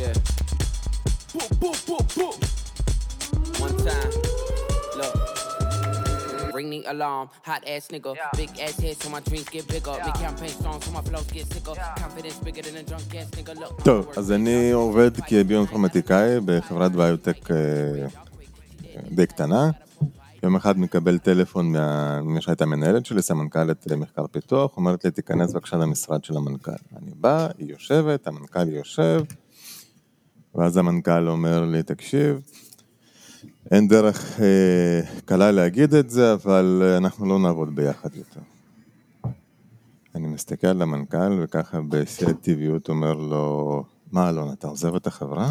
Yeah. Boop, boop, boop, boop. One time. Look. Ring the alarm, hot ass nigga. Big ass head so my dreams get bigger. Make campaign songs so my flows get sicker. Confidence bigger than a drunk ass nigga. Look. טוב, אז אני עובד כביואינפורמטיקאי בחברת ביוטק די קטנה. יום אחד מקבל טלפון ממי שהייתה מנהלת שלי, סמנכ"לית מחקר פיתוח, אומרת לי, תיכנס בבקשה למשרד של המנכ"ל. אני בא, היא יושבת, המנכ"ל יושב, ואז המנכ"ל אומר לי, תקשיב, אין דרך קלה להגיד את זה, אבל אנחנו לא נעבוד ביחד יותר. אני מסתכל על המנכ"ל, וככה בשיא הטבעיות אומר לו, מה אלון, אתה עוזב את החברה?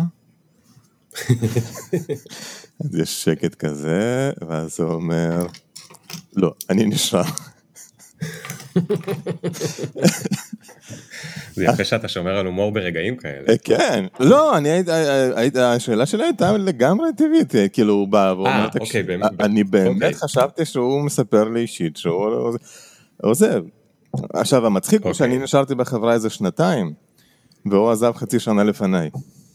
אז יש שקט כזה, ואז הוא אומר, לא, אני נשאר. זה יפה שאתה שומר על הומור ברגעים כאלה. כן, לא, השאלה שלה הייתה לגמרי טבעית, כאילו הוא בא ואומר, אני באמת חשבתי שהוא מספר לי אישית, שהוא עוזב. עכשיו, המצחיק הוא שאני נשארתי בחברה איזה 2, והוא עזב חצי שנה לפניי.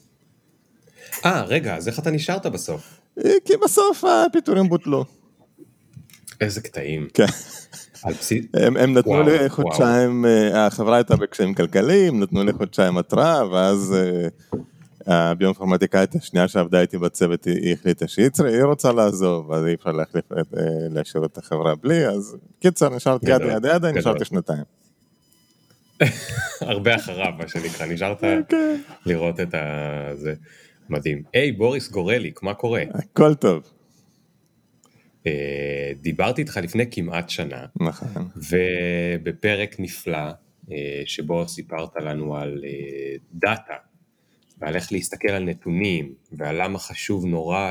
רגע, אז איך אתה נשארת בסוף? כי בסוף הפיטורים בוטלו. איזה קטעים. כן. הם נתנו לי חודשיים, החברה הייתה בקשיים כלכליים, נתנו לי חודשיים התראה, ואז הביואינפורמטיקאית השנייה שעבדה איתי בצוות, היא החליטה שהיא רוצה לעזוב, אז אי אפשר להשאיר את החברה בלי, אז קיצר, נשארתי יד, נשארתי 2. הרבה אחריו, מה שנקרא, נשארת לראות את זה. מדהים. היי, בוריס גורליק, מה קורה? הכל טוב. דיברתי איתך לפני כמעט שנה, נכון. ובפרק נפלא, שבו סיפרת לנו על דאטה, ועל איך להסתכל על נתונים, ועל למה חשוב נורא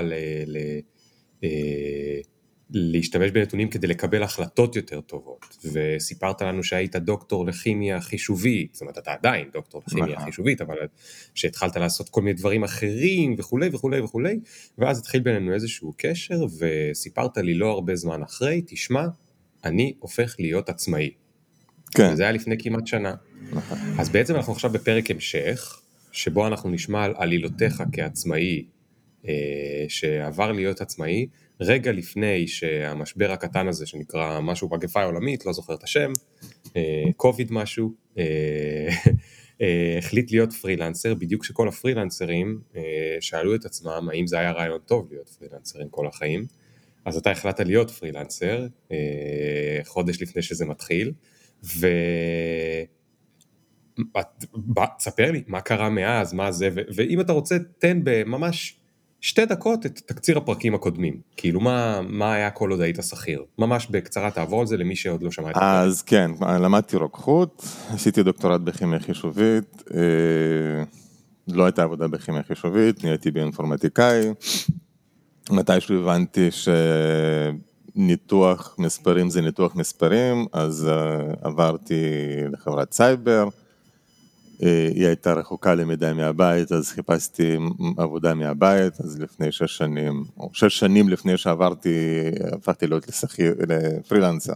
להשתמש בנתונים כדי לקבל החלטות יותר טובות, וסיפרת לנו שהיית דוקטור לכימיה חישובית, זאת אומרת אתה עדיין דוקטור לכימיה חישובית, אבל שהתחלת לעשות כל מיני דברים אחרים וכולי וכולי וכולי, ואז התחיל בינינו איזשהו קשר, וסיפרת לי לא הרבה זמן אחרי, תשמע, אני הופך להיות עצמאי. כן. וזה היה לפני כמעט שנה. אז בעצם אנחנו עכשיו בפרק המשך, שבו אנחנו נשמע על עלילותיך כעצמאי, שעבר להיות עצמאי, רגע לפני שהמשבר הקטן הזה שנקרא משהו מגפה עולמית, לא זוכר את השם, קוביד משהו, החליט להיות פרילנסר, בדיוק שכל הפרילנסרים שאלו את עצמם האם זה היה רעיון טוב להיות פרילנסרים כל החיים, אז אתה החלטת להיות פרילנסר, חודש לפני שזה מתחיל, תספר לי מה קרה מאז, מה זה, ואם אתה רוצה תן בממש 2 דקות את תקציר הפרקים הקודמים, כאילו מה היה כל עוד היית שכיר, ממש בקצרה תעבור על זה למי שעוד לא שמע את הפרק. אז כן, למדתי רוקחות, עשיתי דוקטורט בכימיה חישובית, לא הייתה עבודה בכימיה חישובית, נהייתי ביואינפורמטיקאי, מתישהו הבנתי שניתוח מספרים זה ניתוח מספרים, אז עברתי לחברת סייבר, היא הייתה רחוקה למידה מהבית, אז חיפשתי עבודה מהבית, אז לפני 6 שנים, או 6 שנים לפני שעברתי, הפכתי להיות לפרילנסר.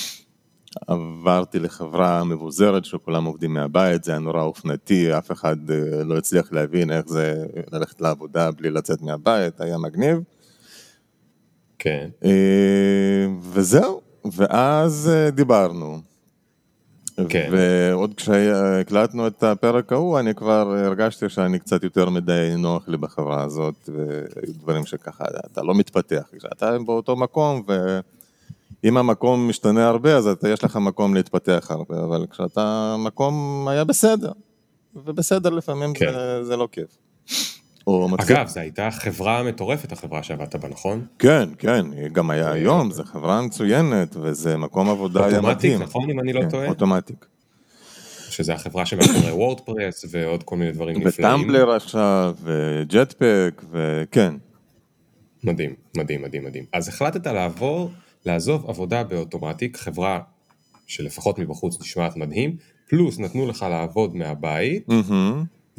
עברתי לחברה מבוזרת שכולם עובדים מהבית, זה היה נורא אופנתי, אף אחד לא הצליח להבין איך זה ללכת לעבודה בלי לצאת מהבית, היה מגניב. כן. וזהו, ואז דיברנו. כן. ועוד כשהקלטנו את הפרק ההוא, אני כבר הרגשתי שאני קצת יותר מדי נוח לי בחברה הזאת, והיו דברים שככה, אתה לא מתפתח, אתה באותו מקום, ואם המקום משתנה הרבה, אז יש לך מקום להתפתח הרבה, אבל כשאתה מקום היה בסדר, ובסדר לפעמים כן. זה לא כיף. אגב, זו הייתה חברה מטורפת, החברה שעבדת בה, נכון? כן, כן, גם היה היום, זו חברה מצוינת, וזה מקום עבודה היה מדהים. אוטומטיק, נכון, אם אני לא טועה? אוטומטיק. שזה החברה שמאחורי וורדפרס, ועוד כל מיני דברים נפלאים. וטמבלר עכשיו, וג'טפק, וכן. מדהים, מדהים, מדהים, מדהים. אז החלטת לעזוב עבודה באוטומטיק, חברה שלפחות מבחוץ נשמעת מדהים, פלוס נתנו לך לעבוד מהבית,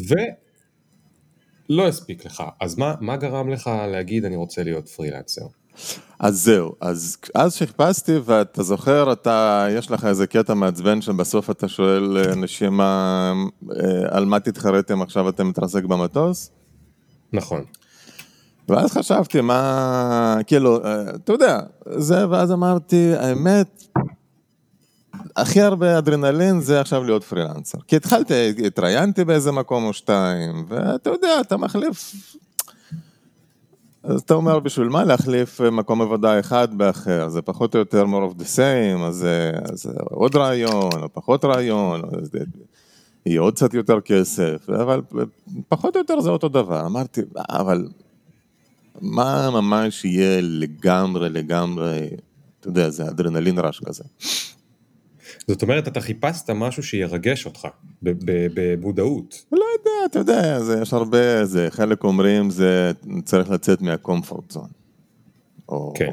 לא הספיק לך. אז מה גרם לך להגיד אני רוצה להיות פרילנסר? אז זהו, אז שחיפשתי, ואתה זוכר, יש לך איזה קטע מעצבן שבסוף אתה שואל אנשים על מה תתחרתם עכשיו אתם מתרסק במטוס? נכון. ואז חשבתי כאילו, אתה יודע, ואז אמרתי, האמת, הכי הרבה אדרנלין זה עכשיו להיות פרילנסר. כי התראיינתי באיזה מקום או שתיים, ואתה יודע, אתה מחליף, אז אתה אומר, בשביל מה להחליף מקום עבודה אחד באחר? זה פחות או יותר more of the same, אז עוד רעיון, או פחות רעיון, יהיה עוד קצת יותר כסף, אבל פחות או יותר זה אותו דבר. אמרתי, אבל מה ממש יהיה לגמרי, אתה יודע, זה אדרנלין רש כזה. זאת אומרת, אתה חיפשת משהו שירגש אותך, בבודעות. לא יודע, אתה יודע, יש הרבה, חלק אומרים, זה צריך לצאת מהקומפורט זון. כן.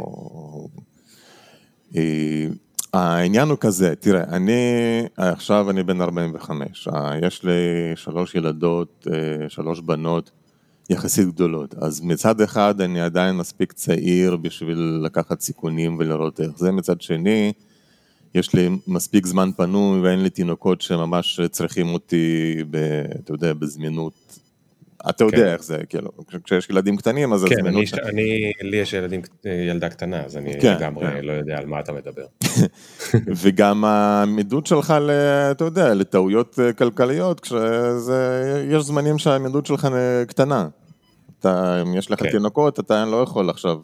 העניין הוא כזה, תראה, עכשיו אני בן 45, יש לי 3 ילדות, 3 בנות, יחסית גדולות, אז מצד אחד אני עדיין מספיק צעיר בשביל לקחת סיכונים ולראות איך זה, מצד שני, יש לי מספיק זמן פנוי ואין לי תינוקות שממש צריכים אותי, אתה יודע, בזמינות, אתה יודע איך זה, כאילו, כשיש ילדים קטנים, אז הזמינות... כן, לי יש ילדה קטנה, אז אני לגמרי לא יודע על מה אתה מדבר. וגם העמידות שלך, אתה יודע, לטעויות כלכליות, יש זמנים שהעמידות שלך קטנה. אם יש לך תינוקות, אתה לא יכול עכשיו...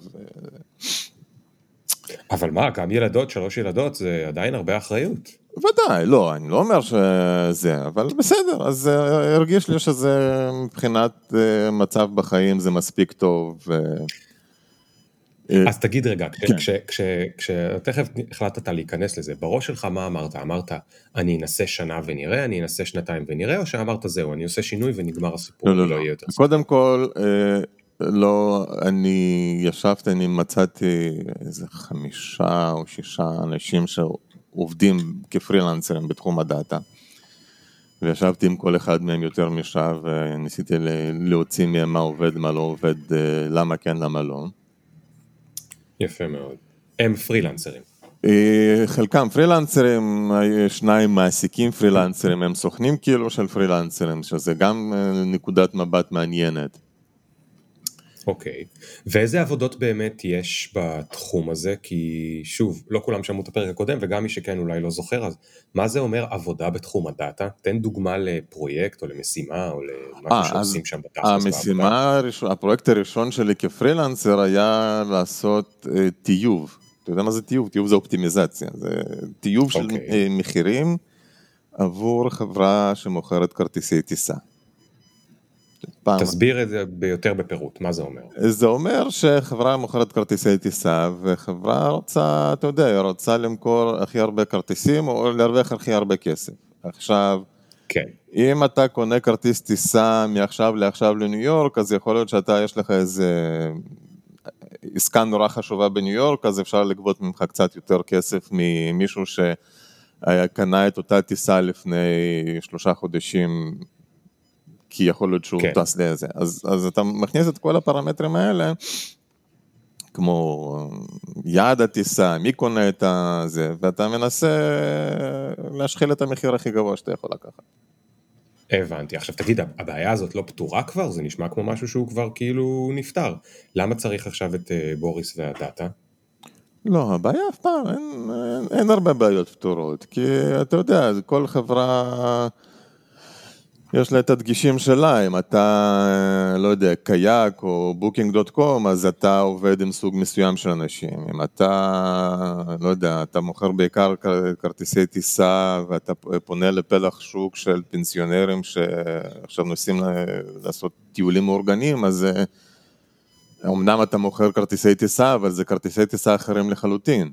אבל מה, גם ילדות, 3 ילדות, זה עדיין הרבה אחריות. ודאי, לא, אני לא אומר שזה, אבל בסדר, אז הרגיש לי שזה מבחינת מצב בחיים, זה מספיק טוב. אז תגיד רגע, כשתכף החלטת להיכנס לזה, בראש שלך מה אמרת? אמרת, אני אנסה שנה ונראה, אני אנסה 2 ונראה, או שאמרת זהו, אני עושה שינוי ונגמר הסיפור, לא. קודם כל, לא, אני מצאתי איזה 5 או 6 אנשים שעובדים כפרילנסרים בתחום הדאטה, וישבתי עם כל אחד מהם יותר משעה, וניסיתי להוציא מהם מה עובד, מה לא עובד, למה כן, למה לא. יפה מאוד. הם פרילנסרים. חלקם פרילנסרים, 2 מעסיקים פרילנסרים, הם סוכנים כאילו של פרילנסרים, שזה גם נקודת מבט מעניינת. אוקיי, ואיזה עבודות באמת יש בתחום הזה? כי שוב, לא כולם שמעו את הפרק הקודם, וגם מי שכן אולי לא זוכר, אז מה זה אומר עבודה בתחום הדאטה? תן דוגמה לפרויקט או למשימה או למשהו שעושים שם בתכלס בעבודה. הפרויקט הראשון שלי כפרילנסר היה לעשות טיוב. אתה יודע מה זה טיוב? טיוב זה אופטימיזציה, זה טיוב של מחירים עבור חברה שמוכרת כרטיסי טיסה. תסביר את זה ביותר בפירוט, מה זה אומר? זה אומר שחברה מוכרת כרטיסי טיסה, וחברה רוצה, אתה יודע, רוצה למכור הכי הרבה כרטיסים, או להרוויח הכי הרבה כסף. עכשיו, כן. אם אתה קונה כרטיס טיסה מעכשיו לעכשיו לניו יורק, אז יכול להיות יש לך איזה עסקה נורא חשובה בניו יורק, אז אפשר לגבות ממך קצת יותר כסף ממישהו שקנה את אותה טיסה לפני 3 חודשים, כי יכול להיות שהוא טס לזה. אז אתה מכניס את כל הפרמטרים האלה, כמו יעד הטיסה, מי קונה את זה, ואתה מנסה להשחיל את המחיר הכי גבוה שאתה יכול לקחת. הבנתי. עכשיו תגיד, הבעיה הזאת לא פתורה כבר? זה נשמע כמו משהו שהוא כבר כאילו נפטר. למה צריך עכשיו את בוריס והדאטה? לא, הבעיה אף פעם, אין הרבה בעיות פתורות, כי אתה יודע, כל חברה... יש לה את הדגישים שלה, אם אתה, לא יודע, קייק או booking.com, אז אתה עובד עם סוג מסוים של אנשים. אם אתה, לא יודע, אתה מוכר בעיקר כרטיסי טיסה, ואתה פונה לפלח שוק של פנסיונרים שעכשיו נוסעים לעשות טיולים מאורגנים, אז אמנם אתה מוכר כרטיסי טיסה, אבל זה כרטיסי טיסה אחרים לחלוטין.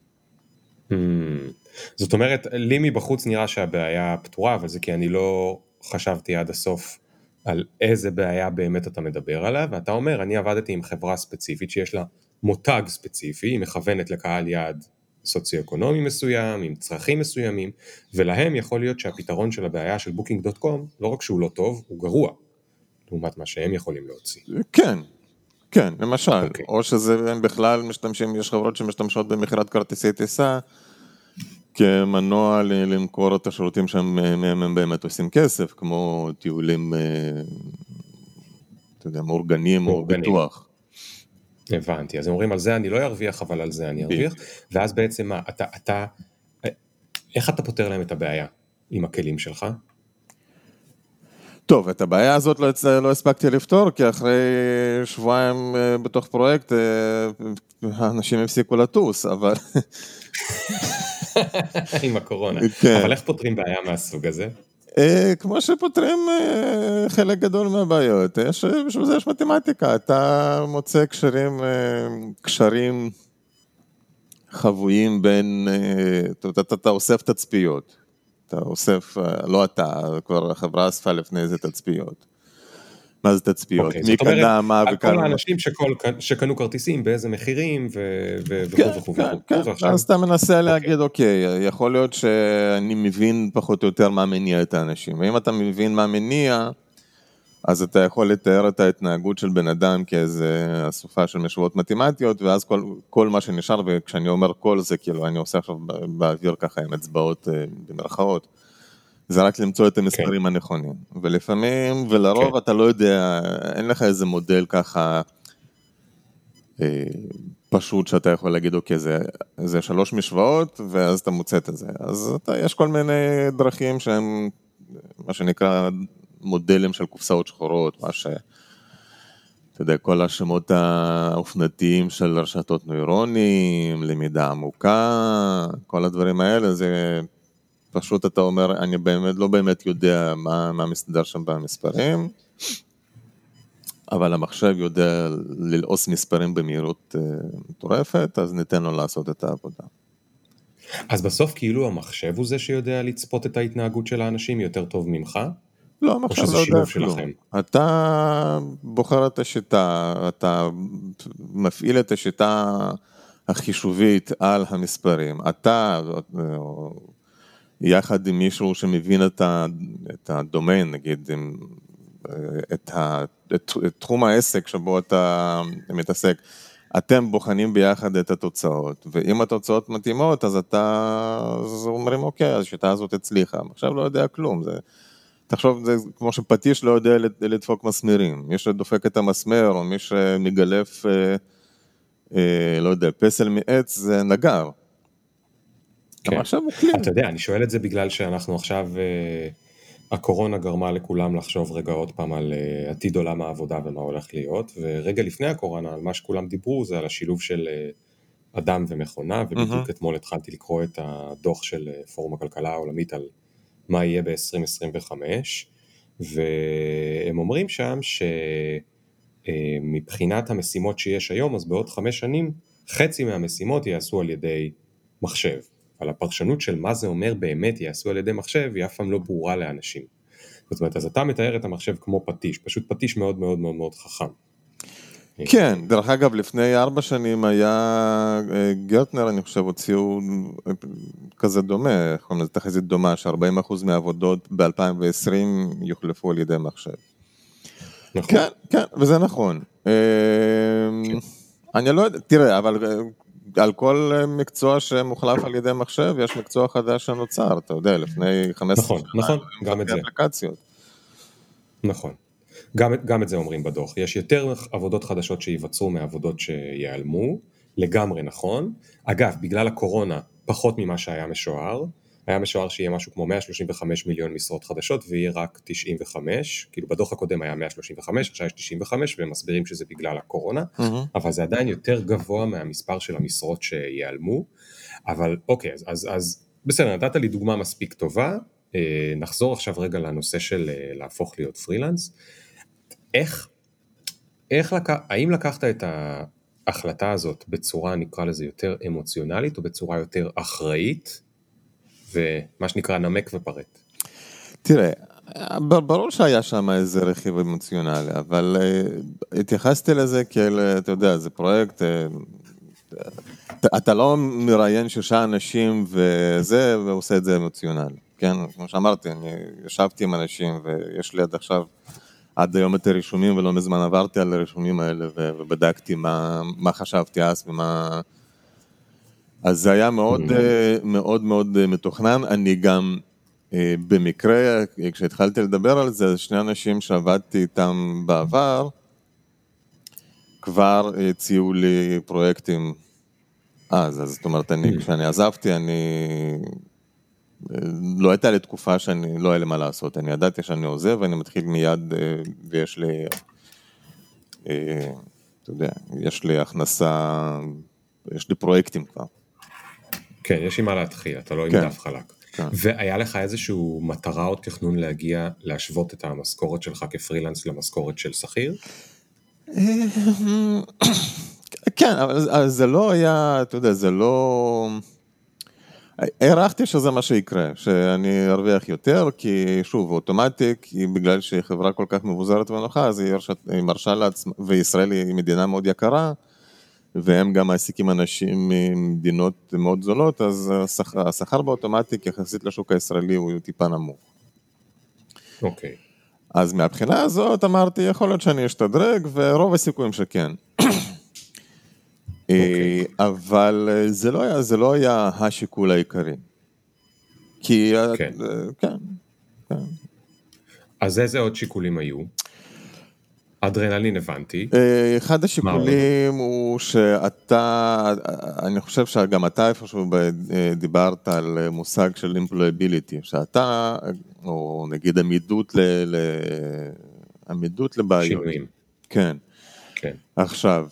זאת אומרת, לי מבחוץ נראה שהבעיה פתורה, אבל זה כי אני לא... חשבתי עד הסוף על איזה בעיה באמת אתה מדבר עליה, ואתה אומר, אני עבדתי עם חברה ספציפית שיש לה מותג ספציפי, היא מכוונת לקהל יעד סוציו-אקונומי מסוים, עם צרכים מסוימים, ולהם יכול להיות שהפתרון של הבעיה של booking.com, לא רק שהוא לא טוב, הוא גרוע, לעומת מה שהם יכולים להוציא. כן, כן, למשל, או שזה בכלל משתמשים, יש חברות שמשתמשות במכירת כרטיסי טיסה, כמנוע למכור את השירותים שהם באמת עושים כסף, כמו טיולים, אתה יודע, מאורגנים או ביטוח. הבנתי, אז אומרים על זה אני לא ארוויח, אבל על זה אני ארוויח, ואז בעצם מה, איך אתה פותר להם את הבעיה עם הכלים שלך? טוב, את הבעיה הזאת לא הספקתי לפתור, כי אחרי שבועיים בתוך פרויקט, האנשים הפסיקו לטוס, אבל... עם הקורונה. אבל איך פותרים בעיה מהסוג הזה? כמו שפותרים חלק גדול מהבעיות, בשביל זה יש מתמטיקה, אתה מוצא קשרים חבויים בין, אתה אוסף תצפיות, אתה אוסף, לא אתה, כבר החברה אספה לפני איזה תצפיות. מה זה תצפיות? מי קנה, מה וכאן. כל האנשים שקנו כרטיסים, באיזה מחירים וכו'. אז אתה מנסה להגיד, אוקיי, יכול להיות שאני מבין פחות או יותר מה מניע את האנשים. ואם אתה מבין מה מניע, אז אתה יכול לתאר את ההתנהגות של בן אדם כאיזה אסופה של משוות מתמטיות, ואז כל מה שנשאר, וכשאני אומר כל זה, כאילו אני עושה עכשיו באוויר ככה עם אצבעות במרכאות, זה רק למצוא את המספרים הנכונים, ולפעמים, ולרוב אתה לא יודע, אין לך איזה מודל ככה פשוט שאתה יכול להגיד, אוקיי, זה 3 משוואות, ואז אתה מוצא את זה. אז יש כל מיני דרכים שהם, מה שנקרא, מודלים של קופסאות שחורות, מה אתה יודע, כל השמות האופנתיים של רשתות נוירונים, למידה עמוקה, כל הדברים האלה, זה... פשוט אתה אומר, אני באמת לא באמת יודע מה מסתדר שם במספרים, אבל המחשב יודע ללעוס מספרים במהירות מטורפת, אז ניתן לו לעשות את העבודה. אז בסוף כאילו המחשב הוא זה שיודע לצפות את ההתנהגות של האנשים יותר טוב ממך? לא, המחשב לא יודע כלום. אתה בוחר את השיטה, אתה מפעיל את השיטה החישובית על המספרים. אתה... יחד עם מישהו שמבין את הדומיין, נגיד, את תחום העסק שבו אתה מתעסק, אתם בוחנים ביחד את התוצאות, ואם התוצאות מתאימות, אז אומרים, אוקיי, אז השיטה הזאת הצליחה, עכשיו לא יודע כלום, תחשוב, זה כמו שפטיש לא יודע לדפוק מסמרים, מי שדופק את המסמר, או מי שמגלף, לא יודע, פסל מעץ, זה נגר. כן. אתה יודע, אני שואל את זה בגלל שאנחנו עכשיו, הקורונה גרמה לכולם לחשוב רגע עוד פעם על עתיד עולם העבודה ומה הולך להיות, ורגע לפני הקורונה, על מה שכולם דיברו, זה על השילוב של אדם ומכונה, ובדיוק אתמול התחלתי לקרוא את הדוח של פורום הכלכלה העולמית על מה יהיה ב-2025, והם אומרים שם שמבחינת המשימות שיש היום, אז בעוד 5 שנים, חצי מהמשימות יעשו על ידי מחשב. אבל הפרשנות של מה זה אומר באמת יעשו על ידי מחשב, היא אף פעם לא ברורה לאנשים. זאת אומרת, אז אתה מתאר את המחשב כמו פטיש, פשוט פטיש מאוד מאוד מאוד מאוד חכם. כן, דרך אגב, לפני 4 שנים היה גרטנר, אני חושב, הוציאו כזה דומה, תחזית דומה, ש40% מהעבודות ב-2020 יוחלפו על ידי מחשב. נכון. כן, כן, וזה נכון. אני לא יודע, תראה, אבל... על כל מקצוע שמוחלף על ידי מחשב, יש מקצוע חדש שנוצר, אתה יודע, לפני 15 שנה. נכון, גם את זה. אפליקציות. נכון. גם את זה אומרים בדוח. יש יותר עבודות חדשות שיווצרו מעבודות שיעלמו, לגמרי נכון. אגב, בגלל הקורונה, פחות ממה שהיה משוער, היה משוער שיהיה משהו כמו 135 מיליון משרות חדשות, ויהיה רק 95, כאילו בדוח הקודם היה 135, עכשיו יש 95, והם מסבירים שזה בגלל הקורונה, אבל זה עדיין יותר גבוה מהמספר של המשרות שיעלמו, אבל אוקיי, אז בסדר, נתת לי דוגמה מספיק טובה, נחזור עכשיו רגע לנושא של להפוך להיות פרילנס, האם לקחת את ההחלטה הזאת בצורה, נקרא לזה יותר אמוציונלית, או בצורה יותר אחראית, ומה שנקרא נמק ופרט. תראה, ברור שהיה שם איזה רכיב אמוציונלי, אבל התייחסתי לזה כאל, אתה יודע, זה פרויקט, אתה לא מראיין 6 אנשים וזה, ועושה את זה אמוציונלי, כן? כמו שאמרתי, אני ישבתי עם אנשים, ויש לי עד עכשיו עד היום את הרישומים, ולא מזמן עברתי על הרישומים האלה, ובדקתי מה חשבתי אז ומה... אז זה היה מאוד מאוד מאוד מתוכנן. אני גם במקרה, כשהתחלתי לדבר על זה, שני אנשים שעבדתי איתם בעבר, כבר הציעו לי פרויקטים אז זאת אומרת, כשאני עזבתי, לא הייתה לי תקופה שאני לא היה לי מה לעשות, אני ידעתי שאני עוזב ואני מתחיל מיד, ויש לי, אתה יודע, יש לי הכנסה, יש לי פרויקטים כבר. כן, יש לי מה להתחיל, אתה לא עם דף חלק. והיה לך איזשהו מטרה או תכנון להשוות את המשכורת שלך כפרילנס למשכורת של שכיר? כן, אבל זה לא היה, אתה יודע, זה לא... הערכתי שזה מה שיקרה, שאני ארוויח יותר, כי שוב, אוטומטי, כי בגלל שהיא חברה כל כך מבוזרת ונוחה, אז היא מרשה לעצמה, וישראל היא מדינה מאוד יקרה, והם גם מעסיקים אנשים ממדינות מאוד זולות, אז השכר באוטומטי, יחסית לשוק הישראלי, הוא טיפה נמוך. אוקיי. אז מהבחינה הזאת אמרתי, יכול להיות שאני אשתדרג, ורוב הסיכויים שכן. אבל זה לא היה השיקול העיקרי. כי... כן. אז איזה עוד שיקולים היו? אדרנלין הבנתי. אחד השיקולים הוא שאתה, אני חושב שגם אתה איפשהו דיברת על מושג של employability, שאתה, או נגיד עמידות לבעיות. שינויים. כן. עכשיו,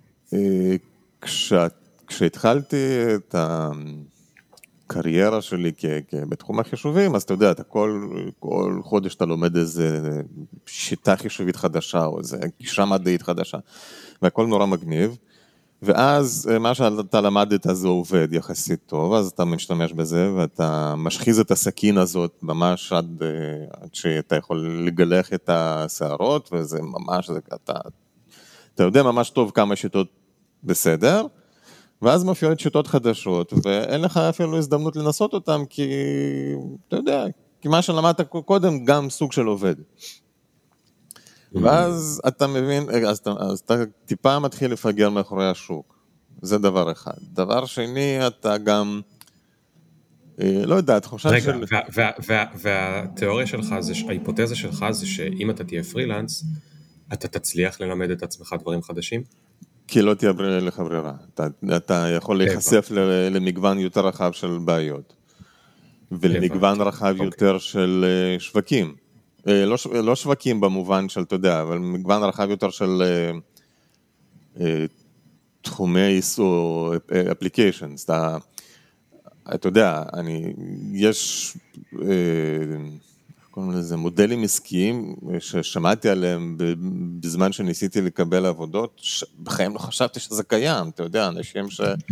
כשהתחלתי את הקריירה שלי בתחום החישובים, אז אתה יודע, כל חודש אתה לומד איזה שיטה חישובית חדשה, או איזה גישה מדעית חדשה, והכל נורא מגניב, ואז מה שאתה למדת זה עובד יחסית טוב, אז אתה משתמש בזה, ואתה משחיז את הסכין הזאת ממש עד שאתה יכול לגלח את השערות, וזה ממש, אתה יודע ממש טוב כמה שיטות בסדר, ואז מופיעות שיטות חדשות, ואין לך אפילו הזדמנות לנסות אותן, כי אתה יודע, כי מה שלמדת קודם גם סוג של עובד. ואז אתה מבין, אז אתה טיפה מתחיל לפגר מאחורי השוק. זה דבר אחד. דבר שני, אתה גם, לא יודע, אתה חושב רגע, והתיאוריה שלך, ההיפותזה שלך זה שאם אתה תהיה פרילנס, אתה תצליח ללמד את עצמך דברים חדשים? כי לא תהיה לך ברירה. אתה יכול להיחשף למגוון יותר רחב של בעיות. ולמגוון רחב יותר של שווקים. לא שווקים במובן של, אתה יודע, אבל מגוון רחב יותר של תחומי יישום, applications. אתה יודע, יש מודלים עסקיים ששמעתי עליהם בזמן שניסיתי לקבל עבודות, בחיים לא חשבתי שזה קיים, אתה יודע, אנשים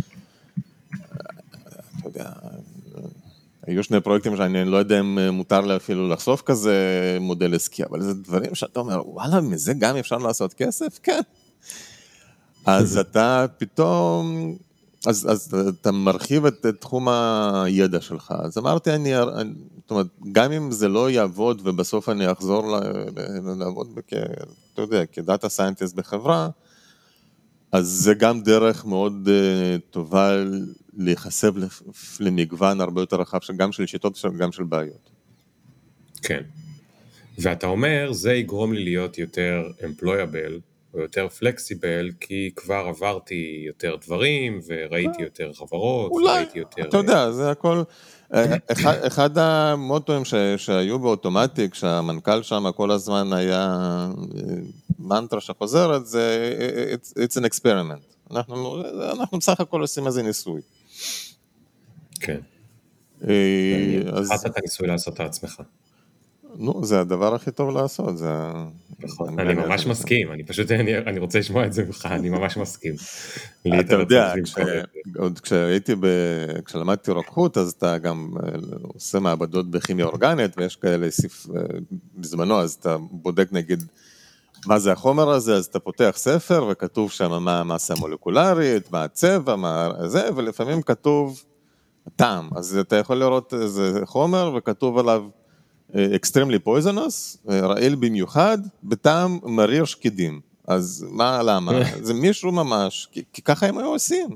אתה יודע, היו שני פרויקטים שאני לא יודע אם מותר לי אפילו לחשוף כזה מודל עסקי, אבל זה דברים שאתה אומר, וואלה, מזה גם אפשר לעשות כסף? כן. אז אתה פתאום, אז אתה מרחיב את תחום הידע שלך. אז אמרתי, זאת אומרת, גם אם זה לא יעבוד ובסוף אני אחזור לעבוד, אתה יודע, כדאטה סיינטיסט בחברה, אז זה גם דרך מאוד טובה להיחשף למגוון הרבה יותר רחב, גם של שיטות וגם של בעיות. כן. ואתה אומר, זה יגרום לי להיות יותר employable, או יותר flexible, כי כבר עברתי יותר דברים, וראיתי יותר חברות, וראיתי יותר... אתה יודע, זה הכל... אחד המוטואים שהיו באוטומטי, כשהמנכ"ל שם כל הזמן היה מנטרה שחוזרת, זה it's an experiment. אנחנו בסך הכל עושים איזה ניסוי. כן. אתה ניסוי לעשות את עצמך. נו, זה הדבר הכי טוב לעשות, זה... נכון, אני ממש מסכים, אני פשוט, אני רוצה לשמוע את זה ממך, אני ממש מסכים. אתה יודע, עוד כשלמדתי רוקחות, אז אתה גם עושה מעבדות בכימיה אורגנית, ויש כאלה בזמנו, אז אתה בודק נגיד, מה זה החומר הזה, אז אתה פותח ספר, וכתוב שם מה המסה המולקולרית, מה הצבע, מה זה, ולפעמים כתוב טעם, אז אתה יכול לראות איזה חומר, וכתוב עליו, extremely poisonous, רעיל במיוחד, בטעם מריר שקדים. אז למה? זה מישהו ממש, כי ככה הם היו עושים.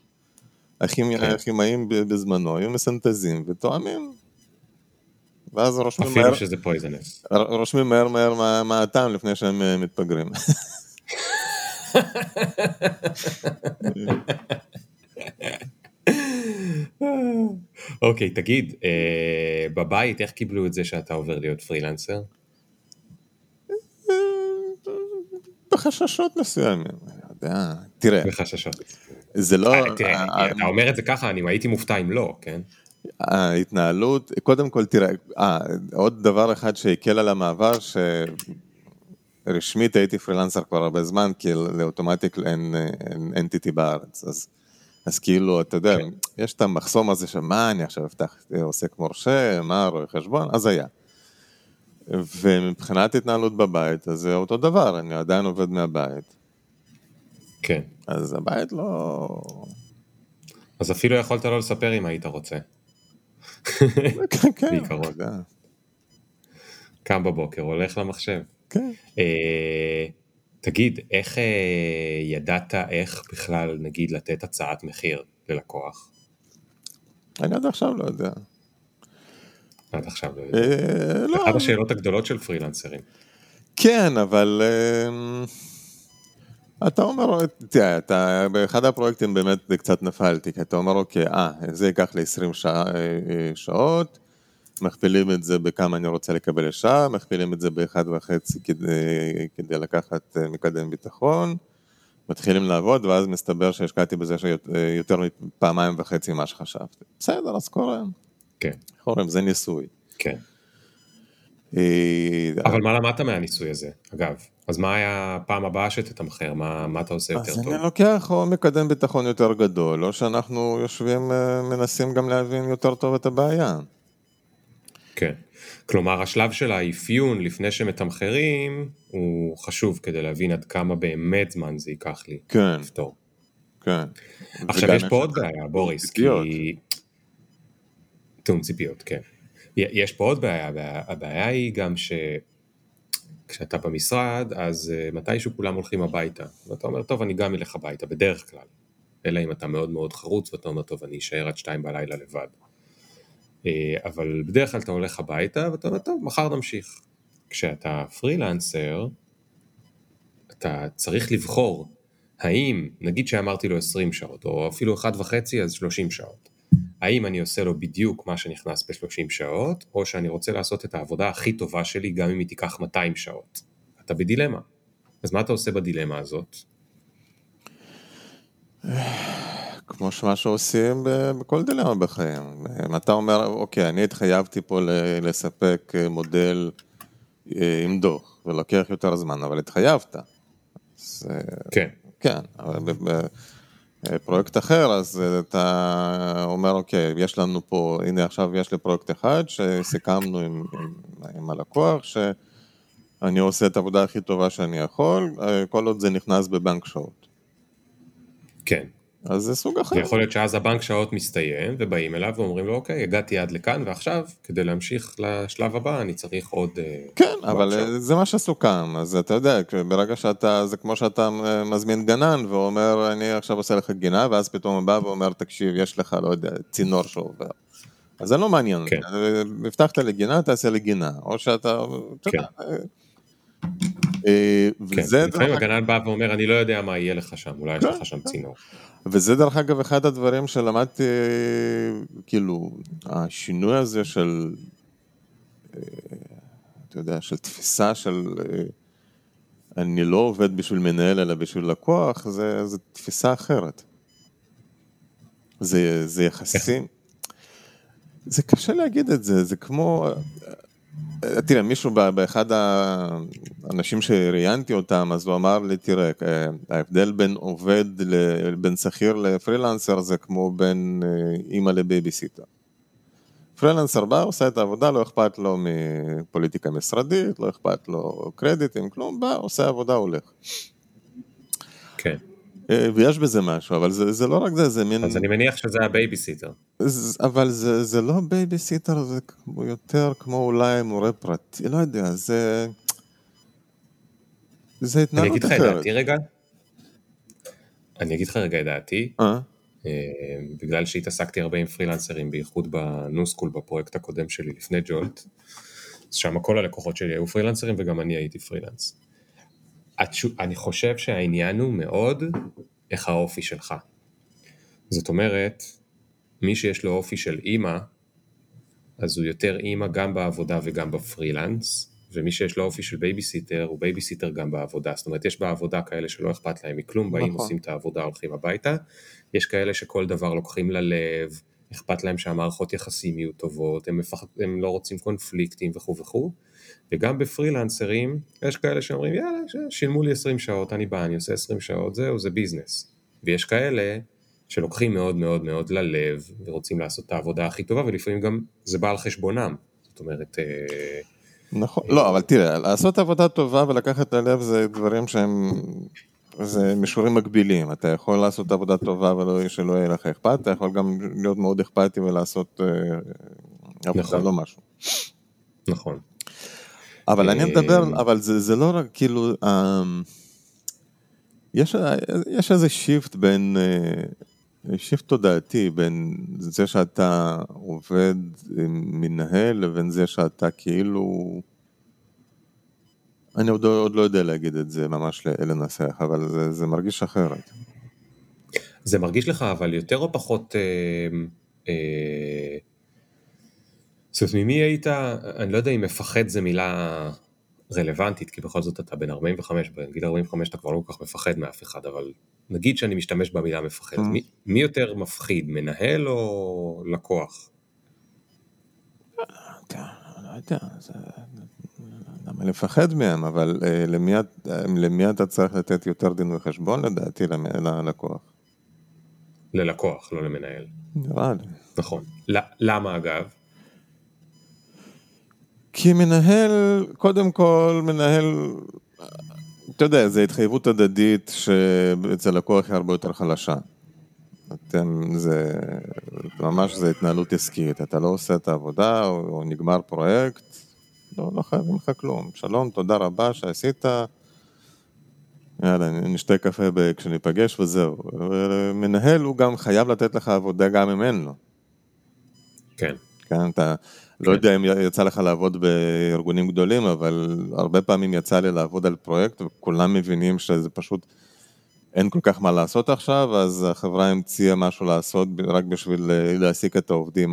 הכימאים בזמנו היו מסנטזים ותואמים. ואז רושמים אפילו שזה poisonous. רושמים מהר מה הטעם לפני שהם מתפגרים. אוקיי, תגיד, בבית איך קיבלו את זה שאתה עובר להיות פרילנסר? בחששות מסוימים, אני יודע, תראה. בחששות. זה לא... תראה, אתה אומר את זה ככה, אני הייתי מופתע אם לא, כן? ההתנהלות, קודם כל תראה, עוד דבר אחד שהקל על המעבר, שרשמית הייתי פרילנסר כבר הרבה זמן, כי לאוטומטיק אין אנטיטי בארץ, אז כאילו, אתה יודע, יש את המחסום הזה שמה, אני עכשיו אפתח עוסק מורשה, מה, רואה חשבון, אז היה. ומבחינת התנהלות בבית, אז זה אותו דבר, אני עדיין עובד מהבית. כן. אז הבית לא... אז אפילו יכולת לא לספר אם היית רוצה. כן, כן. בעיקרון. קם בבוקר, הולך למחשב. כן. תגיד, איך ידעת איך בכלל, נגיד, לתת הצעת מחיר ללקוח? אני עד עכשיו לא יודע. עד עכשיו לא יודע. לא. אחת השאלות הגדולות של פרילנסרים. כן, אבל אתה אומר, תראה, באחד הפרויקטים באמת קצת נפלתי, כי אתה אומר, אוקיי, זה ייקח לי 20 שעות, מכפילים את זה בכמה אני רוצה לקבל לשעה, מכפילים את זה ב1.5 כדי לקחת מקדם ביטחון, מתחילים לעבוד, ואז מסתבר שהשקעתי בזה יותר מפעמיים וחצי מה שחשבתי. בסדר, אז קוראים. כן. קוראים, זה ניסוי. כן. אבל מה למדת מהניסוי הזה, אגב? אז מה היה פעם הבאה שתתמחר? מה אתה עושה יותר טוב? אז אני לוקח או מקדם ביטחון יותר גדול, או שאנחנו יושבים, מנסים גם להבין יותר טוב את הבעיה. כן. כלומר, השלב של האפיון לפני שמתמחרים, הוא חשוב כדי להבין עד כמה באמת זמן זה ייקח לי לפתור. כן. עכשיו יש פה עוד בעיה, בוריס, כי... תאום ציפיות, כן. יש פה עוד בעיה, הבעיה היא גם כשאתה במשרד, אז מתישהו כולם הולכים הביתה, ואתה אומר, טוב, אני גם אלך הביתה, בדרך כלל, אלא אם אתה מאוד מאוד חרוץ, ואתה אומר, טוב, אני אשאר עד 2 בלילה לבד. אבל בדרך כלל אתה הולך הביתה, ואתה אומר, טוב, מחר נמשיך. כשאתה פרילנסר, אתה צריך לבחור, האם, נגיד שאמרתי לו 20 שעות, או אפילו 1.5, אז 30 שעות. האם אני עושה לו בדיוק מה שנכנס ב-30 שעות, או שאני רוצה לעשות את העבודה הכי טובה שלי, גם אם היא תיקח 200 שעות. אתה בדילמה. אז מה אתה עושה בדילמה הזאת? כמו שמה שעושים בכל דילמה בחיים. אם אתה אומר, אוקיי, אני התחייבתי פה לספק מודל עם דוח, ולוקח יותר זמן, אבל התחייבת. כן. כן, אבל בפרויקט אחר, אז אתה אומר, אוקיי, יש לנו פה, הנה עכשיו יש לי פרויקט אחד, שסיכמנו עם הלקוח, שאני עושה את העבודה הכי טובה שאני יכול, כל עוד זה נכנס בבנק שעות. כן. אז זה סוג אחר. ויכול להיות שאז הבנק שעות מסתיים, ובאים אליו ואומרים לו, אוקיי, הגעתי עד לכאן, ועכשיו, כדי להמשיך לשלב הבא, אני צריך עוד... כן, אבל זה מה שסוכם, אז אתה יודע, ברגע שאתה, זה כמו שאתה מזמין גנן, ואומר, אני עכשיו עושה לך גינה, ואז פתאום הוא בא ואומר, תקשיב, יש לך, לא יודע, צינור שעובר. אז זה לא מעניין, כן. הבטחת לי גינה, תעשה לי גינה, או שאתה... כן. וזה... לפעמים הגנן בא ואומר, אני לא יודע מה יהיה לך שם, אולי יש לך שם צינור. וזה דרך אגב אחד הדברים שלמדתי, כאילו, השינוי הזה של, אתה יודע, של תפיסה של, אני לא עובד בשביל מנהל, אלא בשביל לקוח, זה תפיסה אחרת. זה יחסים. זה קשה להגיד את זה, זה כמו, תראה, מישהו באחד האנשים שראיינתי אותם, אז הוא אמר לי, תראה, ההבדל בין עובד, בין שכיר לפרילנסר, זה כמו בין אימא לבייביסיטר. פרילנסר בא, עושה את העבודה, לא אכפת לו מפוליטיקה משרדית, לא אכפת לו קרדיטים, כלום, בא, עושה עבודה, הולך. כן. ויש בזה משהו, אבל זה לא רק זה, זה מין... אז אני מניח שזה הבייביסיטר. אבל זה לא בייביסיטר, זה יותר כמו אולי מורה פרטי, לא יודע, זה התנהלות אחרת. אני אגיד לך רגע את דעתי, בגלל שהתעסקתי הרבה עם פרילנסרים, בייחוד בנוסקול, בפרויקט הקודם שלי לפני ג'ולט, שם כל הלקוחות שלי היו פרילנסרים, וגם אני הייתי פרילנס. אני חושב שהעניין הוא מאוד איך האופי שלך. זאת אומרת, מי שיש לו אופי של אימא, אז הוא יותר אימא גם בעבודה וגם בפרילנס, ומי שיש לו אופי של בייביסיטר, הוא בייביסיטר גם בעבודה. זאת אומרת, יש בעבודה כאלה שלא אכפת להם מכלום, באים עושים את העבודה, הולכים הביתה. יש כאלה שכל דבר לוקחים ללב, אכפת להם שהמערכות יחסים יהיו טובות, הם לא רוצים קונפליקטים וכו' וכו'. וגם בפרילנסרים, יש כאלה שאומרים, יאללה, שילמו לי 20 שעות, אני בא, אני עושה 20 שעות, זהו, זה ביזנס. ויש כאלה שלוקחים מאוד מאוד מאוד ללב, ורוצים לעשות את העבודה הכי טובה, ולפעמים גם זה בא על חשבונם. זאת אומרת... נכון, לא, אבל תראה, לעשות עבודה טובה ולקחת ללב זה דברים שהם... זה מישורים מקבילים, אתה יכול לעשות עבודה טובה ושלא יהיה לך אכפת, אתה יכול גם להיות מאוד אכפתי ולעשות עבודה לא משהו. נכון. אבל אני מדבר, אבל זה לא רק כאילו, יש איזה שיפט בין, שיפט תודעתי בין זה שאתה עובד מנהל לבין זה שאתה כאילו, אני עוד לא יודע להגיד את זה ממש לנסח, אבל זה מרגיש אחרת. זה מרגיש לך אבל יותר או פחות, זאת אומרת, ממי היית, אני לא יודע אם מפחד זה מילה רלוונטית, כי בכל זאת אתה בן 45, בגיל 45 אתה כבר לא כל כך מפחד מאף אחד, אבל נגיד שאני משתמש במילה מפחד, מי יותר מפחיד, מנהל או לקוח? לא יודע, למה לפחד מהם, אבל למי אתה צריך לתת יותר דין וחשבון לדעתי ללקוח? ללקוח, לא למנהל. נראה לי. נכון. למה אגב? כי מנהל, קודם כל מנהל, אתה יודע, זה התחייבות הדדית שאצל לקוח היא הרבה יותר חלשה. זה ממש זה התנהלות עסקית, אתה לא עושה את העבודה או נגמר פרויקט, לא חייבים לך כלום. שלום, תודה רבה שעשית, יאללה, נשתה קפה כשניפגש וזהו. מנהל הוא גם חייב לתת לך עבודה גם אם אין לו. כן. כן, אתה לא יודע אם יצא לך לעבוד בארגונים גדולים, אבל הרבה פעמים יצא לי לעבוד על פרויקט, וכולם מבינים שזה פשוט אין כל כך מה לעשות עכשיו, אז החברה המציאה משהו לעשות רק בשביל להעסיק את העובדים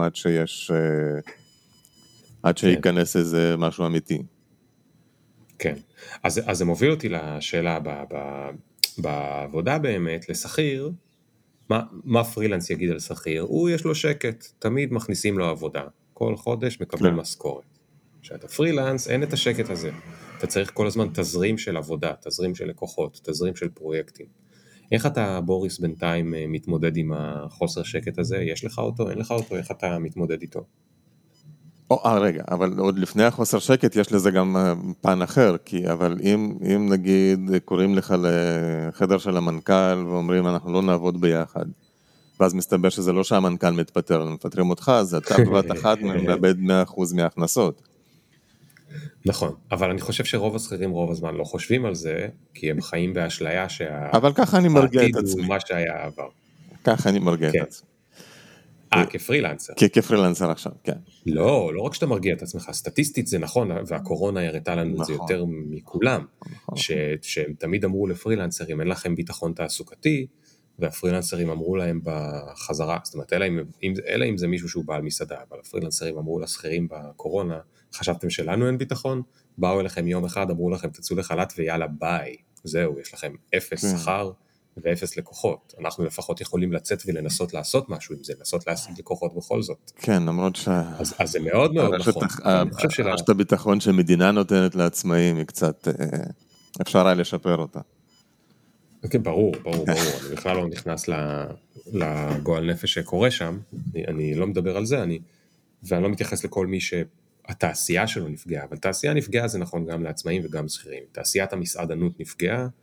עד שיכנס איזה משהו אמיתי. כן, אז זה מוביל אותי לשאלה בעבודה באמת, לשכיר, מה פרילנס יגיד על שכיר? הוא יש לו שקט, תמיד מכניסים לו עבודה, כל חודש מקבל משכורת. כשאתה פרילנס, אין את השקט הזה. אתה צריך כל הזמן תזרים של עבודה, תזרים של לקוחות, תזרים של פרויקטים. איך אתה, בוריס, בינתיים מתמודד עם החוסר שקט הזה? יש לך אותו, אין לך אותו? איך אתה מתמודד איתו? רגע, אבל עוד לפני החוסר שקט יש לזה גם פן אחר, אבל אם נגיד קוראים לך לחדר של המנכ"ל ואומרים אנחנו לא נעבוד ביחד, ואז מסתבר שזה לא שהמנכ"ל מתפטר, מפטרים אותך, אז אתה בבת אחת מאבד 100% מההכנסות. נכון, אבל אני חושב שרוב השכירים רוב הזמן לא חושבים על זה, כי הם חיים באשליה אבל ככה אני מרגיע את עצמי. הוא מה שהיה עבר. ככה אני מרגיע את עצמי. כפרילנסר. כפרילנסר עכשיו, כן. לא רק שאתה מרגיע את עצמך, סטטיסטית זה נכון, והקורונה הראתה לנו את זה יותר מכולם, שהם תמיד אמרו לפרילנסרים, אין לכם ביטחון תעסוקתי, והפרילנסרים אמרו להם בחזרה, זאת אומרת, אלא אם זה מישהו שהוא בעל מסעדה, אבל הפרילנסרים אמרו לשכירים בקורונה, חשבתם שלנו אין ביטחון? באו אליכם יום אחד, אמרו לכם תצאו לחל"ת ויאללה ביי, זהו, יש לכם 0 שכר ו0 לקוחות. אנחנו לפחות יכולים לצאת ולנסות לעשות משהו עם זה, לנסות להשיג לקוחות בכל זאת. כן, למרות אז זה מאוד מאוד נכון. רשת הביטחון שמדינה נותנת לעצמאים היא קצת, אפשר היה לשפר אותה. כן, ברור, אני בכלל לא נכנס לגועל נפש שקורה שם, אני לא מדבר על זה, ואני לא מתייחס לכל מי שהתעשייה שלו נפגעה, אבל תעשייה נפגעה זה נכון גם לעצמאים וגם שכירים, תעשיית המסעדנות נפגעה,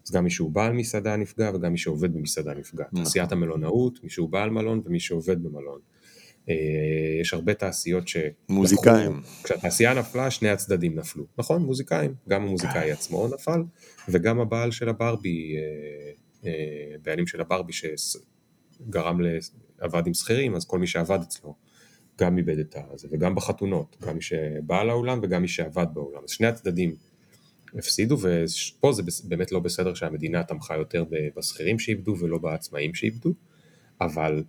אז גם מי שהוא בעל מסעדה נפגע, וגם מי שעובד במסעדה נפגע. תעשיית המלונאות, מי שהוא בעל מלון, ומי שעובד במלון. יש הרבה תעשיות מוזיקאים. כשהתעשייה נפלה, שני הצדדים נפלו. נכון, מוזיקאים. גם המוזיקאי עצמו נפל, וגם הבעל של הברבי, בעלים של הברבי שגרם לעבד עם שכירים, אז כל מי שעבד אצלו גם איבד את זה, וגם בחתונות, גם מי שבא לאולם וגם מי שעבד באולם. אז שני הצדדים הפסידו, ופה זה באמת לא בסדר שהמדינה תמכה יותר בשכירים שאיבדו ולא בעצמאים שאיבדו, אבל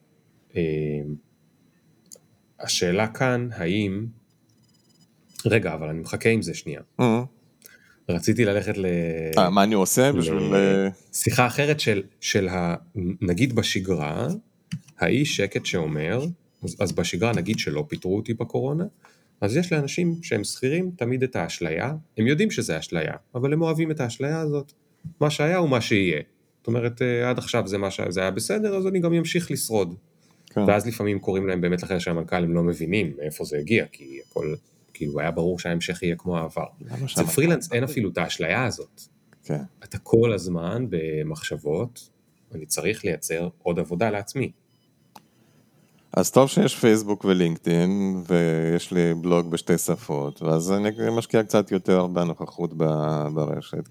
השאלה כאן, האם, רגע, אבל אני מחכה עם זה שנייה. רציתי ללכת מה אני עושה בשביל שיחה אחרת של נגיד בשגרה, האיש שקט שאומר, אז בשגרה נגיד שלא פיטרו אותי בקורונה, אז יש לאנשים שהם שכירים תמיד את האשליה, הם יודעים שזה אשליה, אבל הם אוהבים את האשליה הזאת, מה שהיה הוא מה שיהיה. זאת אומרת, עד עכשיו זה היה בסדר, אז אני גם אמשיך לשרוד. כן. ואז לפעמים קוראים להם באמת אחרי שהמנכ"ל הם לא מבינים מאיפה זה הגיע, כי הכל, כאילו היה ברור שההמשך יהיה כמו העבר. זה פרילנס, אין אפילו את האשליה הזאת. כן. אתה כל הזמן במחשבות, אני צריך לייצר עוד עבודה לעצמי. אז טוב שיש פייסבוק ולינקדאין, ויש לי בלוג בשתי שפות, ואז אני משקיע קצת יותר בנוכחות ברשת,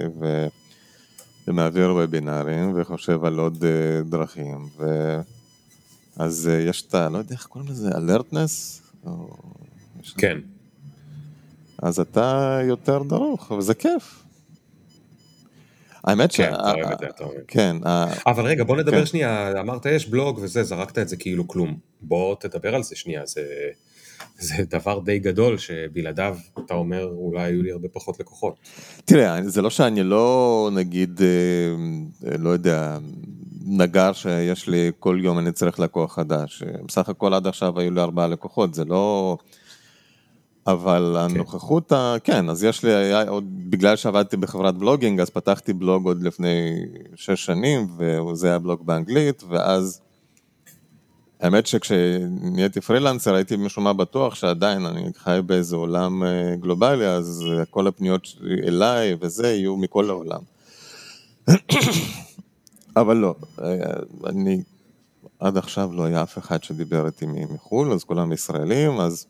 ומעביר וובינרים, וחושב על עוד דרכים, אז יש את, לא יודע איך קוראים לזה, אלרטנס? כן. אז אתה יותר דרוך, וזה כיף. האמת כן, אתה אוהב את זה, אתה אוהב. כן. אבל רגע, בוא נדבר שנייה, אמרת יש בלוג וזה, זרקת את זה כאילו כלום. בוא תדבר על זה שנייה, זה דבר די גדול שבלעדיו אתה אומר אולי היו לי הרבה פחות לקוחות. תראה, זה לא שאני לא נגיד, לא יודע, נגר שיש לי כל יום אני צריך לקוח חדש. בסך הכל עד עכשיו היו לי 4 לקוחות, זה לא... אבל הנוכחות, כן, אז יש לי, עוד בגלל שעבדתי בחברת בלוגינג, אז פתחתי בלוג עוד לפני 6 שנים, וזה היה בלוג באנגלית, ואז, האמת שכשנהייתי פרילנסר, הייתי משום מה בטוח שעדיין אני חי באיזה עולם גלובלי, אז כל הפניות אליי וזה יהיו מכל העולם. אבל לא, אני, עד עכשיו לא היה אף אחד שדיבר איתי מחול, אז כולם ישראלים, אז